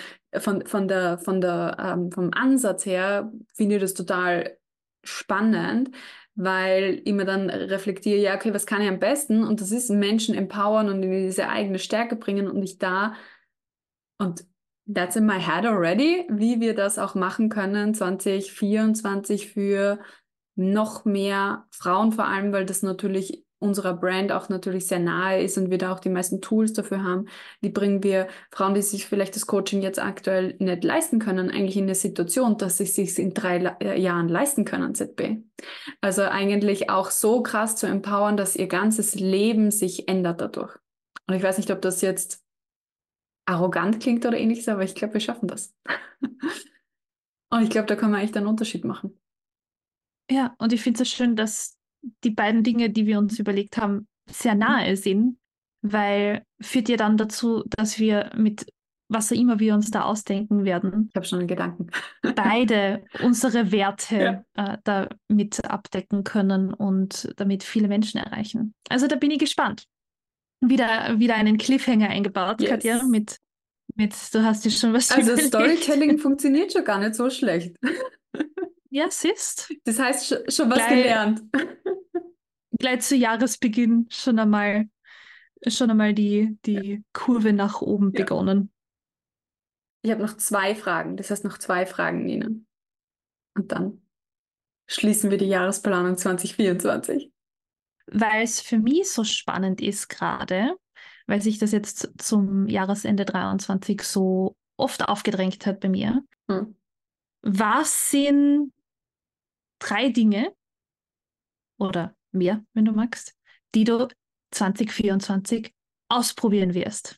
vom Ansatz her finde ich das total spannend, weil ich mir dann reflektiere, ja, okay, was kann ich am besten? Und das ist Menschen empowern und in diese eigene Stärke bringen und und that's in my head already, wie wir das auch machen können, 2024 für noch mehr Frauen vor allem, weil das natürlich unserer Brand auch natürlich sehr nahe ist und wir da auch die meisten Tools dafür haben. Wie bringen wir Frauen, die sich vielleicht das Coaching jetzt aktuell nicht leisten können, eigentlich in eine Situation, dass sie es sich in 3 Jahren leisten können, ZB? Also eigentlich auch so krass zu empowern, dass ihr ganzes Leben sich ändert dadurch. Und ich weiß nicht, ob das jetzt arrogant klingt oder ähnliches, aber ich glaube, wir schaffen das. Und ich glaube, da kann man echt einen Unterschied machen. Ja, und ich finde es so schön, dass die beiden Dinge, die wir uns überlegt haben, sehr nahe sind, weil führt ja dann dazu, dass wir mit was auch immer wir uns da ausdenken werden, Ich habe schon einen Gedanken. beide unsere Werte Ja. damit abdecken können und damit viele Menschen erreichen. Also da bin ich gespannt. Wieder einen Cliffhanger eingebaut, Katja, Yes. du hast dir schon was Also überlegt. Storytelling funktioniert schon gar nicht so schlecht. Ja, siehst, Das heißt, schon was gleich, gelernt. gleich zu Jahresbeginn schon einmal die Kurve nach oben Ja. begonnen. Ich habe noch 2 Fragen. Das heißt noch 2 Fragen, Nina. Und dann schließen wir die Jahresplanung 2024. Weil es für mich so spannend ist gerade, weil sich das jetzt zum Jahresende 23 so oft aufgedrängt hat bei mir. Hm. Was sind 3 Dinge oder mehr, wenn du magst, die du 2024 ausprobieren wirst?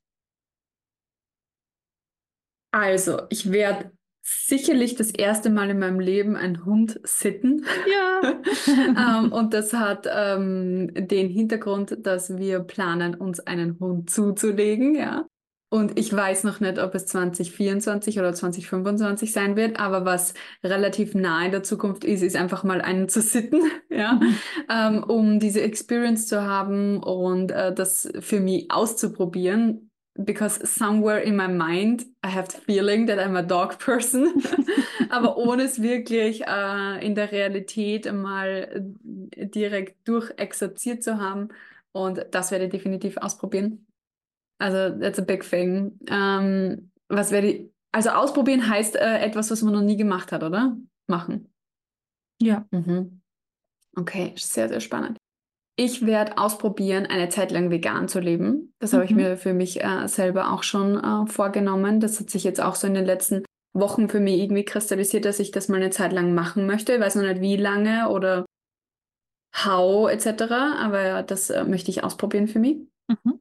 Also, ich werde sicherlich das erste Mal in meinem Leben einen Hund sitten. Ja. Und das hat den Hintergrund, dass wir planen, uns einen Hund zuzulegen, ja. Und ich weiß noch nicht, ob es 2024 oder 2025 sein wird, aber was relativ nah in der Zukunft ist, ist einfach mal einen zu sitten, ja, Mhm. um diese Experience zu haben und das für mich auszuprobieren. Because somewhere in my mind, I have the feeling that I'm a dog person, aber ohne es wirklich in der Realität mal direkt durchexerziert zu haben. Und das werde ich definitiv ausprobieren. Also, that's a big thing. Was wäre die. Also, ausprobieren heißt etwas, was man noch nie gemacht hat, oder? Machen. Ja. Mhm. Okay, sehr, sehr spannend. Ich werde ausprobieren, eine Zeit lang vegan zu leben. Das habe ich Mhm. mir für mich selber auch schon vorgenommen. Das hat sich jetzt auch so in den letzten Wochen für mich irgendwie kristallisiert, dass ich das mal eine Zeit lang machen möchte. Ich weiß noch nicht, wie lange oder how etc. Aber ja, das möchte ich ausprobieren für mich. Mhm.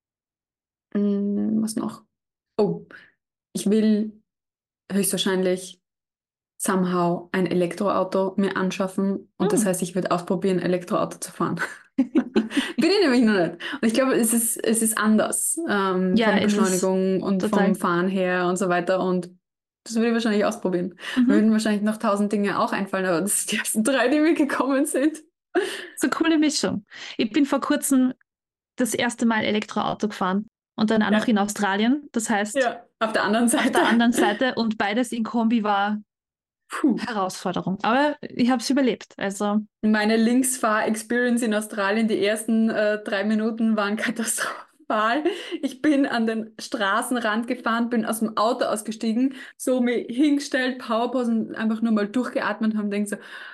Was noch? Oh, ich will höchstwahrscheinlich somehow ein Elektroauto mir anschaffen. Und das Mhm. heißt, ich würde ausprobieren, Elektroauto zu fahren. Bin ich nämlich noch nicht. Und ich glaube, es ist anders von Ja, der es ist Beschleunigung und vom total. Fahren her und so weiter. Und das würde ich wahrscheinlich ausprobieren. Mir Mhm. würden wahrscheinlich noch 1000 Dinge auch einfallen, aber das sind die ersten drei, die mir gekommen sind. So eine coole Mischung. Ich bin vor kurzem das erste Mal Elektroauto gefahren und dann auch noch Ja, in Australien. Das heißt, ja. Auf der anderen auf Seite. der anderen Seite und beides in Kombi war Puh. Herausforderung. Aber ich habe es überlebt. Also, Meine Linksfahr-Experience in Australien, die ersten 3 Minuten waren katastrophal. Ich bin an den Straßenrand gefahren, bin aus dem Auto ausgestiegen, so mir hingestellt, Powerpose und einfach nur mal durchgeatmet und haben denkt so,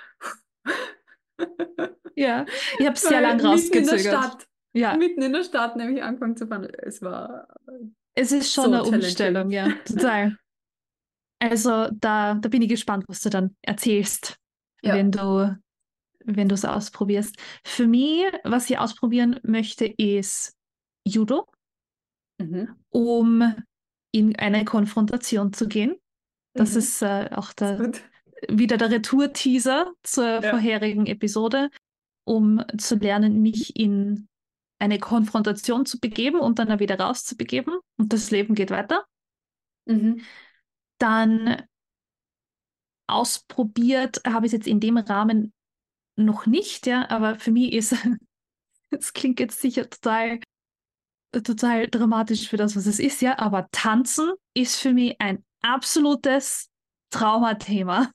ja, ich habe sehr weil lang rausgezögert. Ja, mitten in der Stadt nämlich angefangen zu fahren. Es war es ist schon so eine Umstellung, challenging. ja, total. Also, da bin ich gespannt, was du dann erzählst, wenn Ja. du, wenn du es ausprobierst. Für mich, was ich ausprobieren möchte, ist Judo, Mhm. um in eine Konfrontation zu gehen. Das Mhm. ist auch Ist gut. wieder der Retour-Teaser zur Ja. vorherigen Episode, um zu lernen, mich in eine Konfrontation zu begeben und dann auch wieder rauszubegeben. Und das Leben geht weiter. Mhm. Dann ausprobiert habe ich es jetzt in dem Rahmen noch nicht, ja, aber für mich ist, es klingt jetzt sicher total dramatisch für das, was es ist, ja, aber Tanzen ist für mich ein absolutes Traumathema.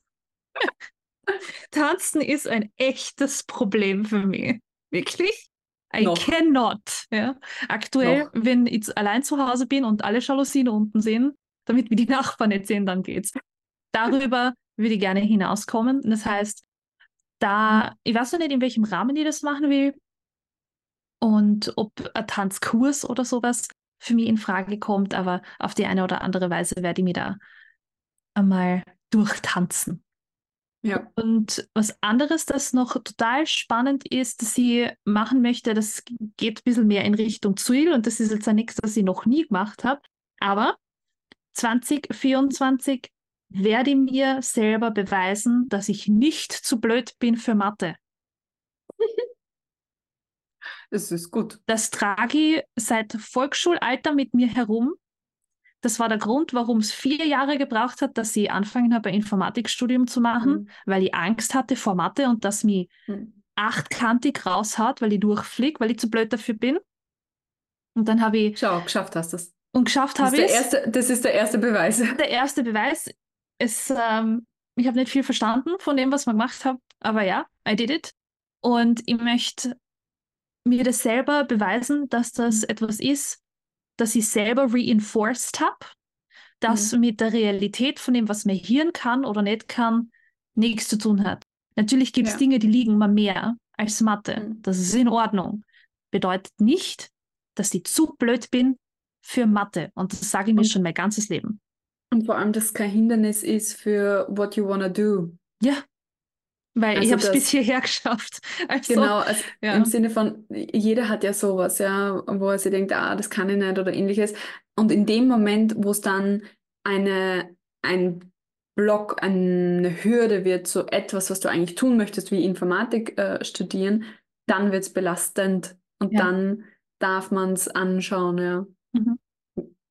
Tanzen ist ein echtes Problem für mich. Wirklich. I Noch. cannot. Ja. Aktuell, Noch. wenn ich jetzt allein zu Hause bin und alle Jalousien unten sind, damit wir die Nachbarn nicht sehen, dann geht's. Darüber würde ich gerne hinauskommen. Das heißt, ich weiß noch nicht, in welchem Rahmen ich das machen will und ob ein Tanzkurs oder sowas für mich in Frage kommt, aber auf die eine oder andere Weise werde ich mich da einmal durchtanzen. Ja. Und was anderes, das noch total spannend ist, dass ich machen möchte, das geht ein bisschen mehr in Richtung Ziel und das ist jetzt auch nichts, das ich noch nie gemacht habe. Aber 2024 werde ich mir selber beweisen, dass ich nicht zu blöd bin für Mathe. Es ist gut. Das trage ich seit Volksschulalter mit mir herum. Das war der Grund, warum es 4 Jahre gebraucht hat, dass ich angefangen habe, ein Informatikstudium zu machen, Mhm. weil ich Angst hatte vor Mathe und dass mich Mhm. achtkantig raushaut, weil ich durchfliege, weil ich zu blöd dafür bin. Und dann habe ich, Schau, geschafft hast du es. und geschafft Das ist habe ich der es. erste, das ist der erste Beweis. Der erste Beweis ist, ich habe nicht viel verstanden von dem, was man gemacht hat, aber ja, I did it. Und ich möchte mir das selber beweisen, dass das etwas ist, das ich selber reinforced habe, das Mhm. mit der Realität von dem, was mein Hirn kann oder nicht kann, nichts zu tun hat. Natürlich gibt es Ja. Dinge, die liegen mir mehr als Mathe. Mhm. Das ist in Ordnung. Bedeutet nicht, dass ich zu blöd bin für Mathe. Und das sage ich mir Und, schon mein ganzes Leben. und vor allem, dass es kein Hindernis ist für what you wanna do. Ja, weil ich Also habe es bis das, hierher geschafft. Also, genau, also im ja, Sinne von, jeder hat ja sowas, ja, wo er sich denkt, das kann ich nicht oder ähnliches. Und in dem Moment, wo es dann ein Block, eine Hürde wird, so etwas, was du eigentlich tun möchtest, wie Informatik studieren, dann wird es belastend und ja. dann darf man es anschauen, ja. Mhm.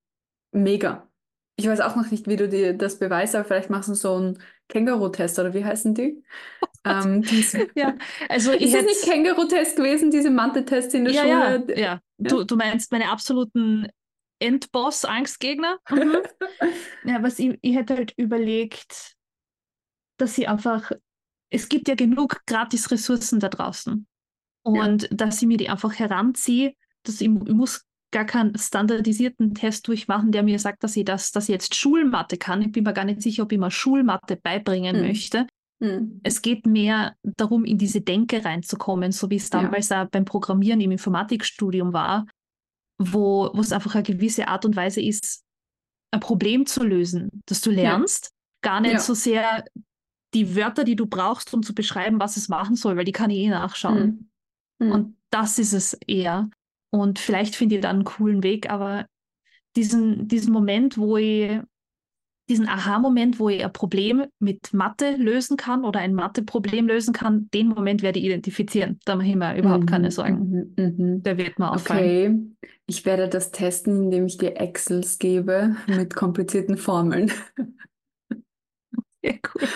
Mega. Ich weiß auch noch nicht, wie du dir das beweist, aber vielleicht machst du so einen Känguru-Test oder wie heißen die? Diese. Ja, also ich Ist das nicht hätte, Känguru-Test gewesen, diese Mathe-Tests in der ja, Schule? ja. Ja. Du meinst meine absoluten Endboss-Angstgegner? Mhm. Ja, ich hätte halt überlegt, dass sie einfach, es gibt ja genug Gratis-Ressourcen da draußen. Ja. Und dass ich mir die einfach heranziehe, ich muss gar keinen standardisierten Test durchmachen, der mir sagt, dass ich jetzt Schulmathe kann. Ich bin mir gar nicht sicher, ob ich mir Schulmathe beibringen Hm. möchte. Hm. Es geht mehr darum, in diese Denke reinzukommen, so wie es Ja. damals auch beim Programmieren im Informatikstudium war, wo es einfach eine gewisse Art und Weise ist, ein Problem zu lösen, das du Ja. lernst. Gar nicht so Ja. sehr die Wörter, die du brauchst, um zu beschreiben, was es machen soll, weil die kann ich eh nachschauen. Hm. Und Hm. das ist es eher. Und vielleicht finde ich da einen coolen Weg, aber diesen Moment, diesen Aha-Moment, wo ich ein Problem mit Mathe lösen kann oder ein Mathe-Problem lösen kann, den Moment werde ich identifizieren. Da mache ich mir überhaupt keine Mhm. Sorgen. Mhm. Mhm. Der wird mir auffallen. Okay. Ich werde das testen, indem ich dir Excels gebe mit komplizierten Formeln. Ja, cool.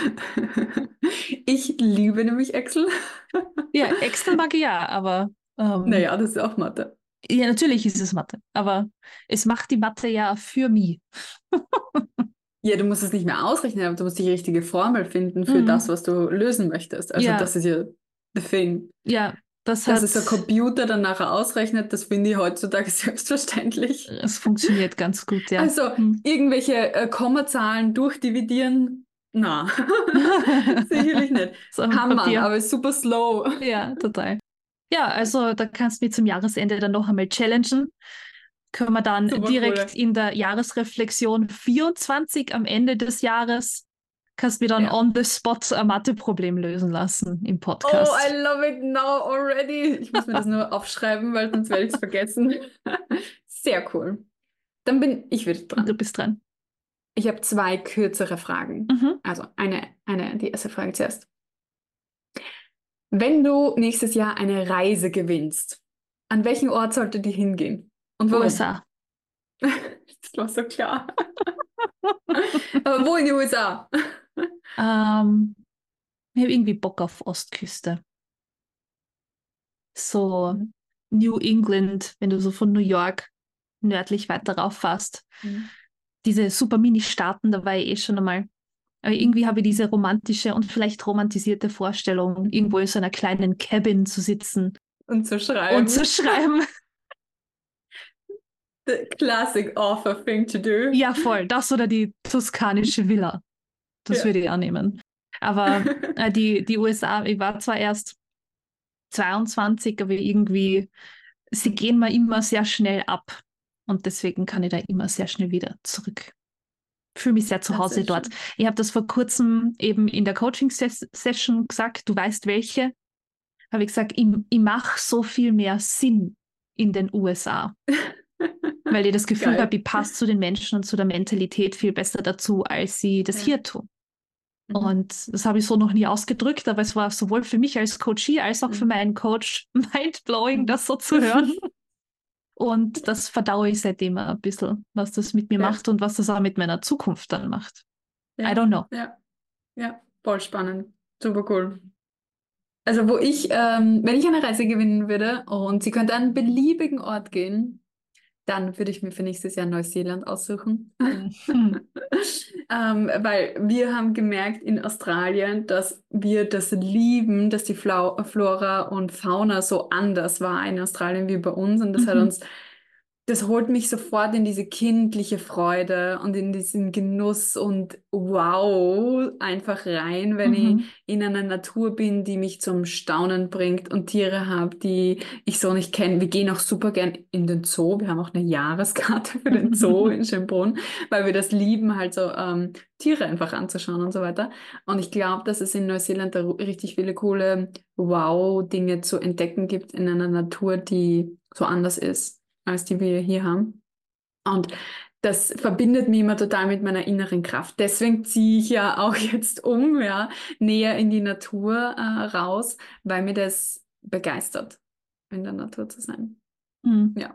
Ich liebe nämlich Excel. Ja, Excel mag ich ja, aber Naja, das ist auch Mathe. ja, natürlich ist es Mathe, aber es macht die Mathe ja für mich. Ja, du musst es nicht mehr ausrechnen, aber du musst die richtige Formel finden für das, Mhm. was du lösen möchtest. Also Ja, das ist ja the thing. ja, das Dass es ein hat, Computer dann nachher ausrechnet, das finde ich heutzutage selbstverständlich. es funktioniert ganz gut, ja. Also Hm. irgendwelche Kommazahlen durchdividieren, na, sicherlich nicht. So ein Kann man, Papier. aber ist super slow. Ja, total. Ja, also da kannst du mich zum Jahresende dann noch einmal challengen. Können wir dann Super direkt cool. in der Jahresreflexion 24 am Ende des Jahres, kannst du mir dann Ja. on the spot ein Matheproblem lösen lassen im Oh, I Podcast. love it now already. Ich muss mir das nur aufschreiben, weil sonst werde ich es vergessen. Sehr cool. Dann bin ich wieder Und du dran. bist dran. Ich habe zwei kürzere Fragen. Mhm. Also die erste Frage zuerst. Wenn du nächstes Jahr eine Reise gewinnst, an welchen Ort sollte die hingehen? Und warum? USA. Das war so klar. Aber wo in die USA? Ähm, Ich habe irgendwie Bock auf Ostküste. So Mhm. New England, wenn du so von New York nördlich weiter rauf fährst. Mhm. Diese super Mini-Staaten, da war ich eh schon einmal. Aber irgendwie habe ich diese romantische und vielleicht romantisierte Vorstellung, irgendwo in so einer kleinen Cabin zu sitzen Und zu und zu schreiben. schreiben. The classic author thing to do. Ja, voll, das oder die toskanische Villa. Das Ja. würde ich annehmen. Aber die USA, ich war zwar erst 22, aber irgendwie, sie gehen mir immer sehr schnell ab. Und deswegen kann ich da immer sehr schnell wieder zurück. Fühle mich sehr zu Das ist Hause sehr dort. schön. Ich habe das vor kurzem eben in der Coaching-Session gesagt, du weißt welche. Habe ich gesagt, ich mache so viel mehr Sinn in den USA, weil ich das Gefühl habe, Geil. ich passe zu den Menschen und zu der Mentalität viel besser dazu, als sie das Ja. hier tun. Mhm. Und das habe ich so noch nie ausgedrückt, aber es war sowohl für mich als Coachie als auch für Mhm. meinen Coach mindblowing, Mhm. das so zu hören. Und das verdaue ich seitdem ein bisschen, was das mit mir Ja. macht und was das auch mit meiner Zukunft dann macht. I Ja. don't know. Ja. Ja. Voll spannend. Super cool. Also wenn ich eine Reise gewinnen würde und sie könnte an einen beliebigen Ort gehen, dann würde ich mir für nächstes Jahr Neuseeland aussuchen. Mhm. Weil wir haben gemerkt in Australien, dass wir das lieben, dass die Flora und Fauna so anders war in Australien wie bei uns. Und Mhm. das holt mich sofort in diese kindliche Freude und in diesen Genuss und wow einfach rein, wenn ich Mhm. in einer Natur bin, die mich zum Staunen bringt und Tiere habe, die ich so nicht kenne. Wir gehen auch super gern in den Zoo. Wir haben auch eine Jahreskarte für den Zoo in Schönbrunn, weil wir das lieben, halt so Tiere einfach anzuschauen und so weiter. Und ich glaube, dass es in Neuseeland da richtig viele coole Wow-Dinge zu entdecken gibt in einer Natur, die so anders ist, als die wir hier haben. Und das verbindet mich immer total mit meiner inneren Kraft. Deswegen ziehe ich ja auch jetzt um, ja, näher in die Natur raus, weil mir das begeistert, in der Natur zu sein. Mhm. Ja.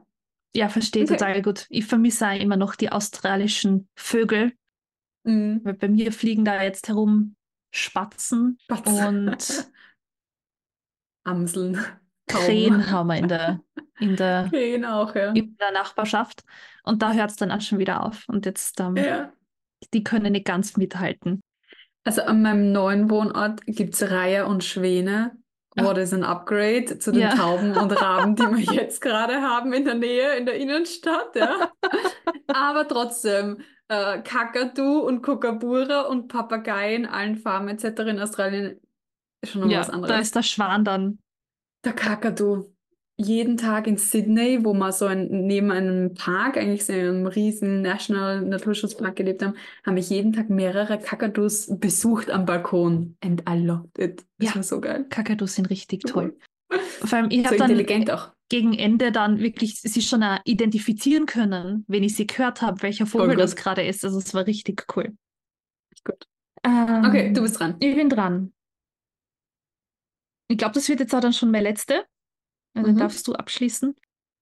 Ja, verstehe Okay. total gut. Ich vermisse auch immer noch die australischen Vögel, Mhm. weil bei mir fliegen da jetzt herum Spatzen Spatz. und Amseln. Tauben. Krähen haben wir in der, Krähen auch, ja. in der Nachbarschaft. Und da hört es dann auch schon wieder auf. Und jetzt, Ja. die können nicht ganz mithalten. Also an meinem neuen Wohnort gibt es Reiher und Schwäne. Ah, What is an upgrade zu den ja, Tauben und Raben, die wir jetzt gerade haben in der Nähe, in der Innenstadt, ja. Aber trotzdem, Kakadu und Kookaburra und Papageien, allen Farben etc. in Australien ist schon noch was ja, da anderes. ist der Schwan dann. Der Kakadu. Jeden Tag in Sydney, wo wir neben einem Park, eigentlich so einem riesen National Naturschutzpark gelebt haben, habe ich jeden Tag mehrere Kakadus besucht am Balkon. And I loved it. Das Ja, war so geil. Kakadus sind richtig So toll. cool. Vor allem, ich So habe dann intelligent auch. gegen Ende dann wirklich sie schon auch identifizieren können, wenn ich sie gehört habe, welcher Voll Vogel das gut. gerade ist. Also es war richtig cool. Gut. Okay, du bist dran. Ich bin dran. Ich glaube, das wird jetzt auch dann schon meine letzte. Dann Mhm. darfst du abschließen.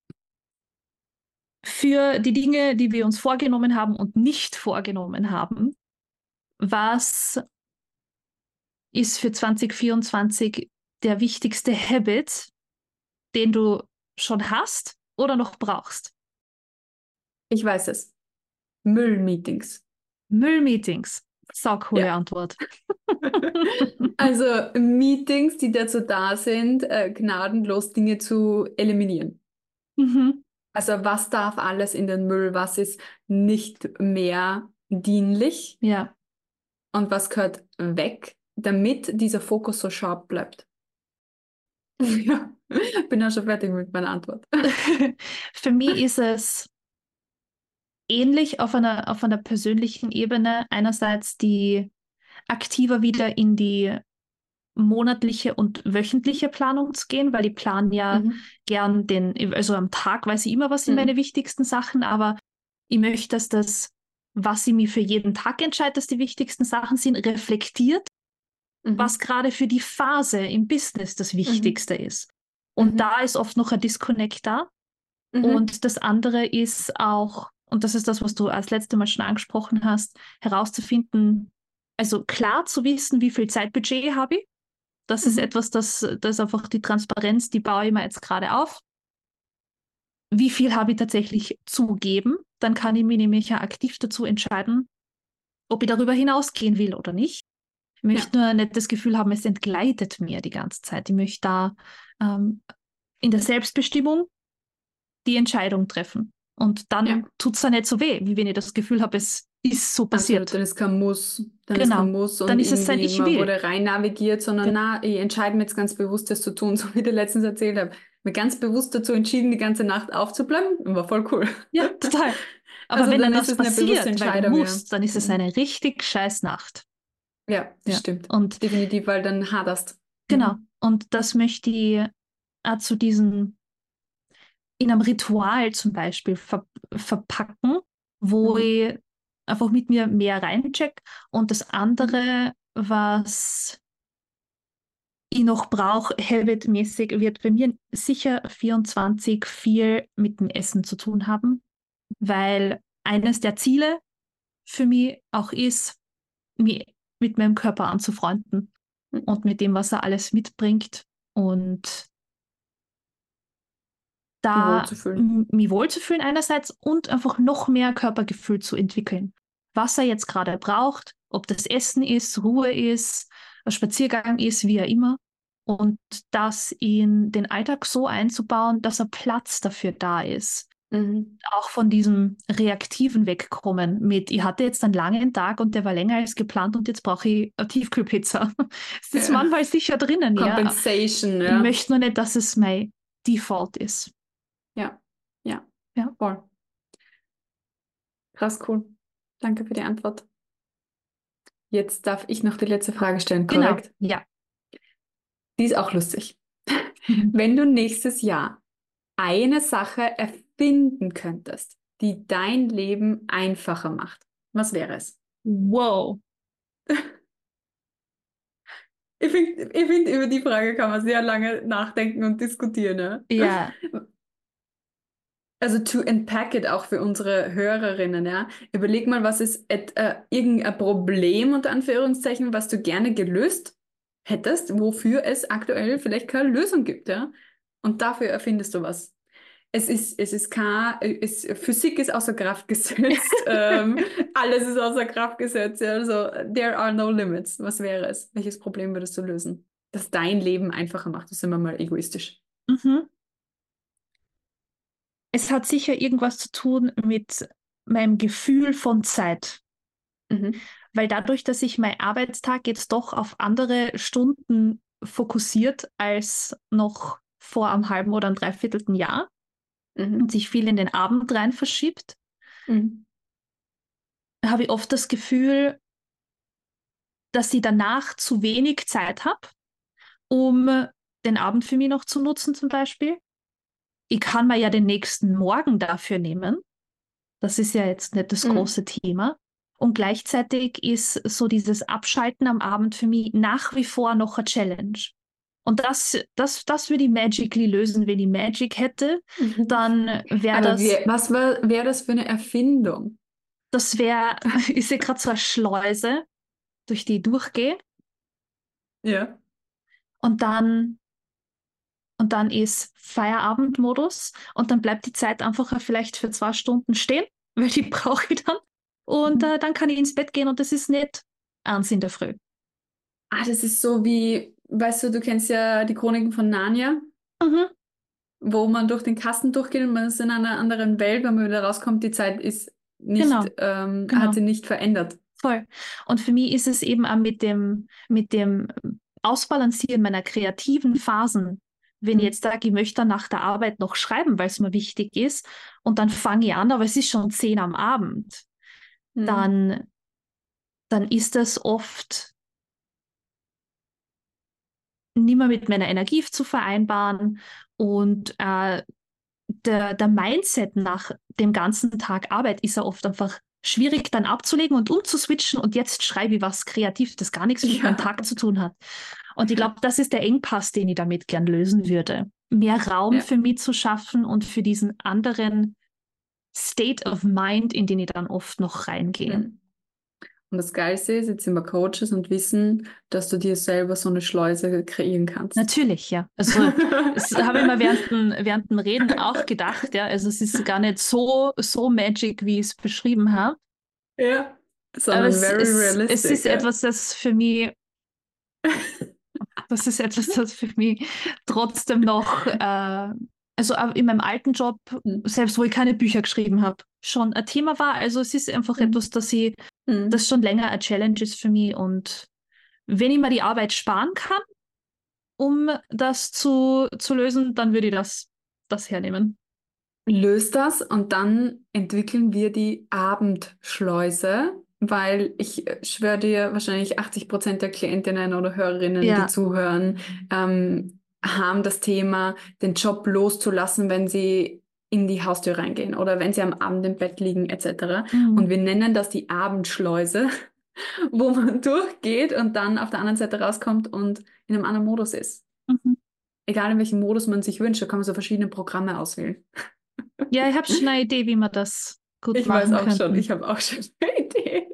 Für die Dinge, die wir uns vorgenommen haben und nicht vorgenommen haben, was ist für 2024 der wichtigste Habit, den du schon hast oder noch brauchst? Ich weiß es. Müllmeetings. Müllmeetings. Sau coole Ja. Antwort. Also Meetings, die dazu da sind, gnadenlos Dinge zu eliminieren. Mhm. Also was darf alles in den Müll, was ist nicht mehr dienlich Ja. und was gehört weg, damit dieser Fokus so scharf bleibt. Ja, bin auch schon fertig mit meiner Antwort. Für mich ist es ähnlich auf einer persönlichen Ebene. Einerseits die aktiver wieder in die monatliche und wöchentliche Planung zu gehen, weil ich plane ja Mhm. gern also am Tag weiß ich immer, was sind meine Mhm. wichtigsten Sachen, aber ich möchte, dass das, was ich mir für jeden Tag entscheide, dass die wichtigsten Sachen sind, reflektiert, was Mhm. gerade für die Phase im Business das Mhm. Wichtigste ist. Und Mhm. da ist oft noch ein Disconnect da. Mhm. Und das andere ist auch, und das ist das, was du als letztes Mal schon angesprochen hast, herauszufinden, also klar zu wissen, wie viel Zeitbudget habe ich. Das ist Mhm. etwas, das einfach die Transparenz, die baue ich mir jetzt gerade auf. Wie viel habe ich tatsächlich zu geben? Dann kann ich mich nämlich ja aktiv dazu entscheiden, ob ich darüber hinausgehen will oder nicht. Ich Ja, möchte nur nicht das Gefühl haben, es entgleitet mir die ganze Zeit. Ich möchte da ähm, in der Selbstbestimmung die Entscheidung treffen. Und ja, dann tut es ja nicht so weh, wie wenn ich das Gefühl habe, es ist so absolut. passiert. Dann ist kein Muss. Dann ist kein Genau. Muss Dann und ist es ein irgendwie Ich man will. wurde rein navigiert, sondern Genau. na, ich entscheide mir jetzt ganz bewusst, das zu tun, so wie du letztens erzählt habe. Mir ganz bewusst dazu entschieden, die ganze Nacht aufzubleiben. War voll cool. Ja, total. Aber Also wenn dann dann ist was es eine bewusste passiert, weil du Entscheidung wieder. musst, dann ist es Mhm. eine richtig scheiß Nacht. Ja, das Ja. stimmt. Und Definitiv, weil dann haderst. genau. Mhm. Und das möchte ich auch zu diesen, in einem Ritual zum Beispiel verpacken, wo Mhm. ich einfach mit mir mehr reincheck. Und das Mhm. andere, was ich noch brauche, habitmäßig, wird bei mir sicher 24 viel mit dem Essen zu tun haben, weil eines der Ziele für mich auch ist, mich mit meinem Körper anzufreunden Mhm. und mit dem, was er alles mitbringt und da Wohlzufühlen. mich wohlzufühlen einerseits und einfach noch mehr Körpergefühl zu entwickeln. Was er jetzt gerade braucht, ob das Essen ist, Ruhe ist, ein Spaziergang ist, wie er immer. Und das in den Alltag so einzubauen, dass er Platz dafür da ist. Mhm. Auch von diesem Reaktiven wegkommen mit, ich hatte jetzt einen langen Tag und der war länger als geplant und jetzt brauche ich eine Tiefkühlpizza. Es ist Ja. manchmal sicher drinnen, ja. Compensation, Ich ja. möchte nur nicht, dass es mein Default ist. Ja. Ja. Ja, Voll. Krass cool. Danke für die Antwort. Jetzt darf ich noch die letzte Frage stellen, genau. korrekt? Ja. Die ist auch lustig. Wenn du nächstes Jahr eine Sache erfinden könntest, die dein Leben einfacher macht, was wäre es? Wow. Ich find, über die Frage kann man sehr lange nachdenken und diskutieren. Ne? Ja, Also to unpack it auch für unsere Hörerinnen, ja. Überleg mal, was ist irgendein Problem unter Anführungszeichen, was du gerne gelöst hättest, wofür es aktuell vielleicht keine Lösung gibt, ja. Und dafür erfindest du was. Physik ist außer Kraft gesetzt, alles ist außer Kraft gesetzt, ja. Also there are no limits. Was wäre es? Welches Problem würdest du lösen? Das dein Leben einfacher macht. Das sind wir mal egoistisch. Mhm. Es hat sicher irgendwas zu tun mit meinem Gefühl von Zeit. Mhm. Weil dadurch, dass sich mein Arbeitstag jetzt doch auf andere Stunden fokussiert als noch vor einem halben oder einem dreiviertelten Jahr und Mhm. sich viel in den Abend rein verschiebt, Mhm. habe ich oft das Gefühl, dass ich danach zu wenig Zeit habe, um den Abend für mich noch zu nutzen zum Beispiel. Ich kann mir ja den nächsten Morgen dafür nehmen. Das ist ja jetzt nicht das Mhm. große Thema. Und gleichzeitig ist so dieses Abschalten am Abend für mich nach wie vor noch eine Challenge. Und das würde ich magically lösen, wenn ich Magic hätte. Mhm. Dann wäre Aber das, wäre das für eine Erfindung? das wäre, ich sehe gerade so eine Schleuse, durch die ich durchgehe. Ja. Und dann, und dann ist Feierabendmodus. Und dann bleibt die Zeit einfach vielleicht für 2 Stunden stehen, weil die brauche ich dann. Und Mhm. dann kann ich ins Bett gehen und das ist nicht 1 in der Früh. Ah, das ist so wie, weißt du, du kennst ja die Chroniken von Narnia, Mhm, wo man durch den Kasten durchgeht und man ist in einer anderen Welt, wenn man wieder rauskommt, die Zeit ist genau, nicht, hat genau, sich nicht verändert. voll. Und für mich ist es eben auch mit dem Ausbalancieren meiner kreativen Phasen, wenn ich Mhm. jetzt sage, ich möchte dann nach der Arbeit noch schreiben, weil es mir wichtig ist, und dann fange ich an, aber es ist schon 10 am Abend, Mhm. dann, dann ist das oft nicht mehr mit meiner Energie zu vereinbaren und der Mindset nach dem ganzen Tag Arbeit ist ja oft einfach schwierig dann abzulegen und umzuswitchen und jetzt schreibe ich was kreativ, das gar nichts mit meinem Ja. Tag zu tun hat. Und ich glaube, das ist der Engpass, den ich damit gern lösen würde. Mehr Raum Ja. für mich zu schaffen und für diesen anderen State of Mind, in den ich dann oft noch reingehe. Mhm. Und das Geilste ist, jetzt sind wir Coaches und wissen, dass du dir selber so eine Schleuse kreieren kannst. Natürlich, ja. Also das habe ich mir während dem Reden auch gedacht, ja. Also es ist gar nicht so magic, wie ich es beschrieben habe. Ja. Aber Sondern very es realistic, ist ja. etwas, das für mich trotzdem noch, also auch in meinem alten Job, Mhm. selbst wo ich keine Bücher geschrieben habe, schon ein Thema war. Also es ist einfach etwas, das Mhm. schon länger eine Challenge ist für mich. Und wenn ich mir die Arbeit sparen kann, um das zu lösen, dann würde ich das hernehmen. Löst das und dann entwickeln wir die Abendschleuse, weil ich schwöre dir, wahrscheinlich 80% der Klientinnen oder Hörerinnen, die Ja. zuhören, haben das Thema, den Job loszulassen, wenn sie in die Haustür reingehen oder wenn sie am Abend im Bett liegen, etc. Und Mhm. wir nennen das die Abendschleuse, wo man durchgeht und dann auf der anderen Seite rauskommt und in einem anderen Modus ist. Mhm. Egal in welchem Modus man sich wünscht, da kann man so verschiedene Programme auswählen. Ja, ich habe schon eine Idee, wie wir das gut Ich weiß machen auch schon, ich könnten. habe auch schon eine Idee.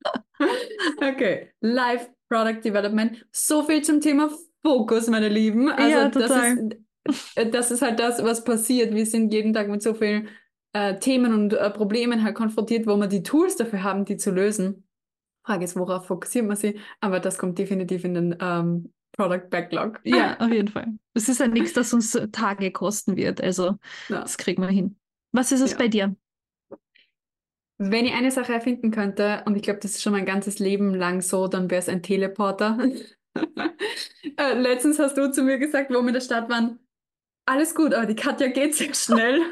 Okay, Live Product Development. So viel zum Thema Fokus, meine Lieben. Also Ja, total. das ist halt das, was passiert. Wir sind jeden Tag mit so vielen Themen und Problemen halt konfrontiert, wo wir die Tools dafür haben, die zu lösen. Frage ist, worauf fokussiert man sie? Aber das kommt definitiv in den Product Backlog. Ja, auf jeden Fall. Es ist ja nichts, das uns Tage kosten wird. Also, das Ja, kriegen wir hin. Was ist es bei ja. dir? Wenn ich eine Sache erfinden könnte, und ich glaube, das ist schon mein ganzes Leben lang so, dann wäre es ein Teleporter. Letztens hast du zu mir gesagt, wo wir in der Stadt waren, alles gut, aber die Katja geht sehr schnell.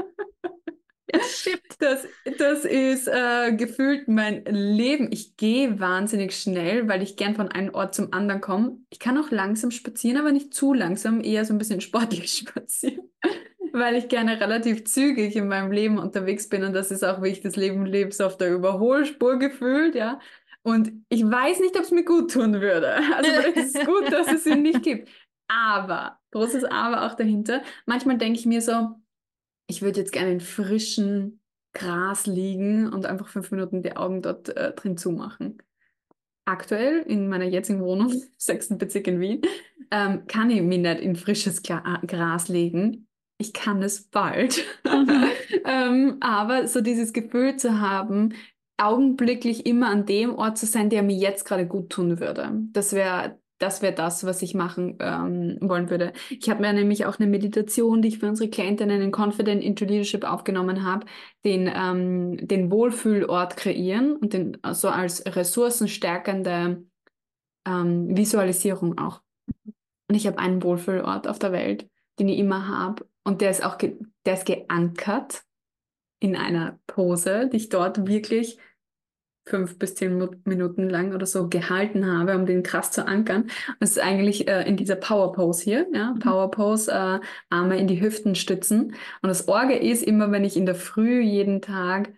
Ja, stimmt. Das ist gefühlt mein Leben. Ich gehe wahnsinnig schnell, weil ich gern von einem Ort zum anderen komme. Ich kann auch langsam spazieren, aber nicht zu langsam, eher so ein bisschen sportlich spazieren, weil ich gerne relativ zügig in meinem Leben unterwegs bin und das ist auch, wie ich das Leben lebe, so auf der Überholspur gefühlt, ja. Und ich weiß nicht, ob es mir gut tun würde. Also vielleicht ist es gut, dass es ihn nicht gibt. Aber, großes Aber auch dahinter. Manchmal denke ich mir so, ich würde jetzt gerne in frischem Gras liegen und einfach 5 Minuten die Augen dort drin zumachen. Aktuell in meiner jetzigen Wohnung, im 6. Bezirk in Wien, kann ich mich nicht in frisches Gras legen. Ich kann es bald. Mhm. Aber so dieses Gefühl zu haben, augenblicklich immer an dem Ort zu sein, der mir jetzt gerade gut tun würde. Das wäre das, was ich machen wollen würde. Ich habe mir nämlich auch eine Meditation, die ich für unsere Klientinnen in Confident into Leadership aufgenommen habe, den Wohlfühlort kreieren und den so als ressourcenstärkende Visualisierung auch. Und ich habe einen Wohlfühlort auf der Welt, den ich immer habe. Und der ist auch der ist geankert in einer Pose, die ich dort wirklich 5 bis 10 Minuten lang oder so gehalten habe, um den krass zu ankern. Und es ist eigentlich in dieser Power Pose hier, ja, Mhm. Power Pose, Arme in die Hüften stützen. Und das Orge ist immer, wenn ich in der Früh jeden Tag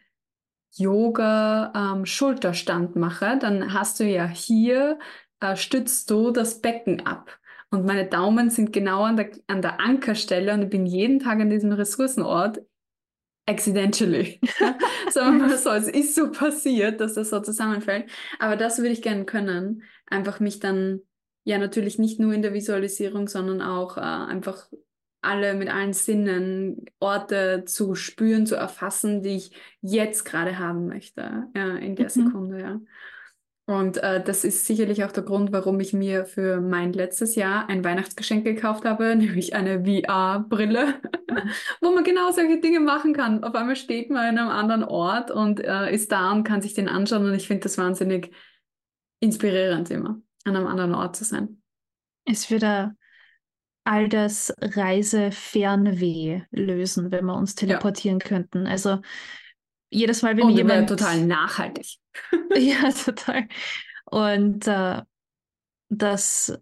Yoga Schulterstand mache, dann hast du ja hier, stützt du das Becken ab. Und meine Daumen sind genau an der Ankerstelle und ich bin jeden Tag an diesem Ressourcenort accidentally. Ja? Sagen wir mal so, es ist so passiert, dass das so zusammenfällt. Aber das würde ich gerne können. Einfach mich dann, ja, natürlich nicht nur in der Visualisierung, sondern auch einfach mit allen Sinnen Orte zu spüren, zu erfassen, die ich jetzt gerade haben möchte, ja, in der Mhm. Sekunde, ja. Und das ist sicherlich auch der Grund, warum ich mir für mein letztes Jahr ein Weihnachtsgeschenk gekauft habe, nämlich eine VR-Brille, Mhm. wo man genau solche Dinge machen kann. Auf einmal steht man in einem anderen Ort und ist da und kann sich den anschauen. Und ich finde das wahnsinnig inspirierend immer, an einem anderen Ort zu sein. Es würde all das Reisefernweh lösen, wenn wir uns Ja, teleportieren könnten. Also jedes Mal, wenn mir und wäre total jemand, nachhaltig. ja, total. Und das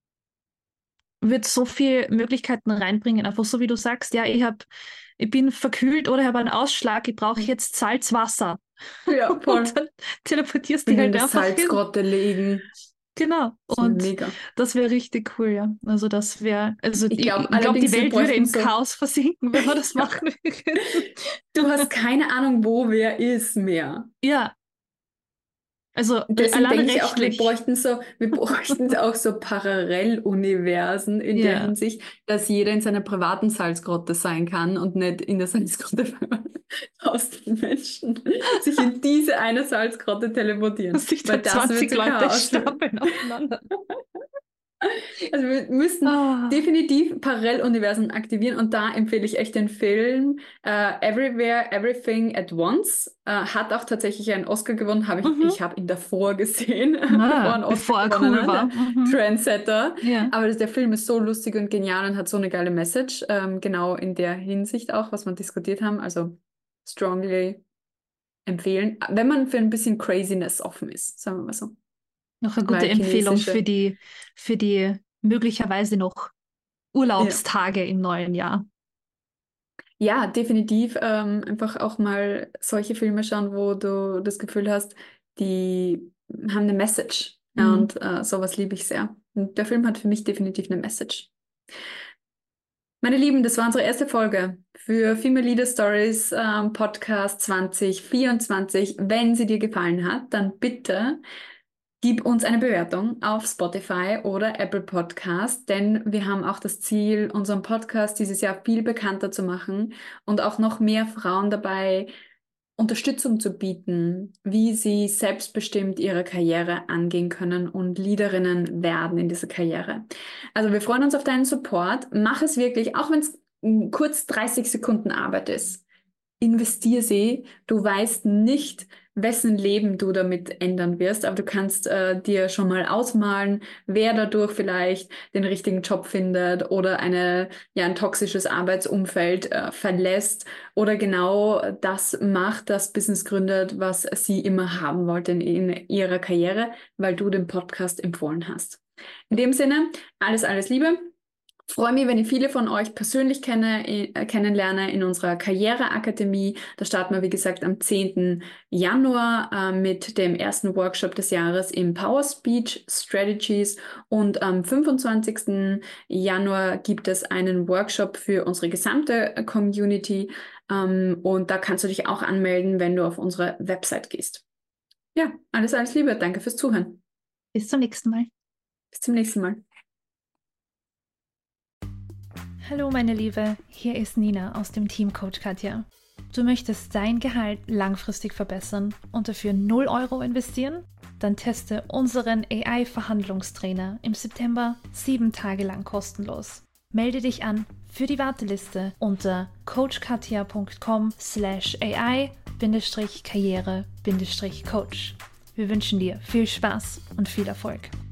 wird so viele Möglichkeiten reinbringen. Einfach so wie du sagst, ja, ich bin verkühlt oder ich habe einen Ausschlag, ich brauche jetzt Salzwasser. Ja, Und voll. dann teleportierst du In dich halt eine einfach hin. Salzgrotte legen. Genau. Das wäre Und mega. das wäre richtig cool, ja. Also das wäre, also Ich glaube ich glaube, die allerdings, wir Welt würde bräuchten im so. Chaos versinken, wenn wir das Ja. machen würden. Du hast keine Ahnung, wo wer ist mehr. Ja, also Deswegen allein denke ich auch, rechtlich. wir bräuchten auch so Paralleluniversen in der Ja. Hinsicht, dass jeder in seiner privaten Salzgrotte sein kann und nicht in der Salzgrotte von tausend Menschen sich in diese eine Salzgrotte teleportieren. Dass sich Weil da das wird 20 zu Leute Chaos führen. stapeln aufeinander. Also wir müssten Ah. definitiv Paralleluniversen aktivieren und da empfehle ich echt den Film Everywhere, Everything at Once. Hat auch tatsächlich einen Oscar gewonnen. Mhm. Ich habe ihn davor gesehen, bevor er Ah, einen Oscar bevor er gewonnen cool hat. war. Der Mhm. Trendsetter. Ja. Aber der Film ist so lustig und genial und hat so eine geile Message. Genau in der Hinsicht auch, was wir diskutiert haben. Also strongly empfehlen, wenn man für ein bisschen Craziness offen ist, sagen wir mal so. Noch eine gute Weil Empfehlung chinesische, für die möglicherweise noch ja. Urlaubstage im neuen Jahr. Ja, definitiv. Einfach auch mal solche Filme schauen, wo du das Gefühl hast, die haben eine Message. Ja, Mhm. und sowas liebe ich sehr. Und der Film hat für mich definitiv eine Message. Meine Lieben, das war unsere erste Folge für Female Leader Stories Podcast 2024. Wenn sie dir gefallen hat, dann bitte gib uns eine Bewertung auf Spotify oder Apple Podcast, denn wir haben auch das Ziel, unseren Podcast dieses Jahr viel bekannter zu machen und auch noch mehr Frauen dabei Unterstützung zu bieten, wie sie selbstbestimmt ihre Karriere angehen können und Leaderinnen werden in dieser Karriere. Also wir freuen uns auf deinen Support. Mach es wirklich, auch wenn es kurz 30 Sekunden Arbeit ist. Investier sie. Du weißt nicht, wessen Leben du damit ändern wirst, aber du kannst dir schon mal ausmalen, wer dadurch vielleicht den richtigen Job findet oder ein toxisches Arbeitsumfeld verlässt oder genau das macht, das Business gründet, was sie immer haben wollte in ihrer Karriere, weil du den Podcast empfohlen hast. In dem Sinne, alles, alles Liebe. Freue mich, wenn ich viele von euch persönlich kennenlerne in unserer Karriereakademie. Da starten wir, wie gesagt, am 10. Januar mit dem ersten Workshop des Jahres im Power Speech Strategies. Und am 25. Januar gibt es einen Workshop für unsere gesamte Community. Und da kannst du dich auch anmelden, wenn du auf unsere Website gehst. Ja, alles Liebe. Danke fürs Zuhören. Bis zum nächsten Mal. Bis zum nächsten Mal. Hallo meine Liebe, hier ist Nina aus dem Team Coach Katja. Du möchtest dein Gehalt langfristig verbessern und dafür 0 Euro investieren? Dann teste unseren AI-Verhandlungstrainer im September 7 Tage lang kostenlos. Melde dich an für die Warteliste unter coachkatja.com/AI-karriere-coach. Wir wünschen dir viel Spaß und viel Erfolg.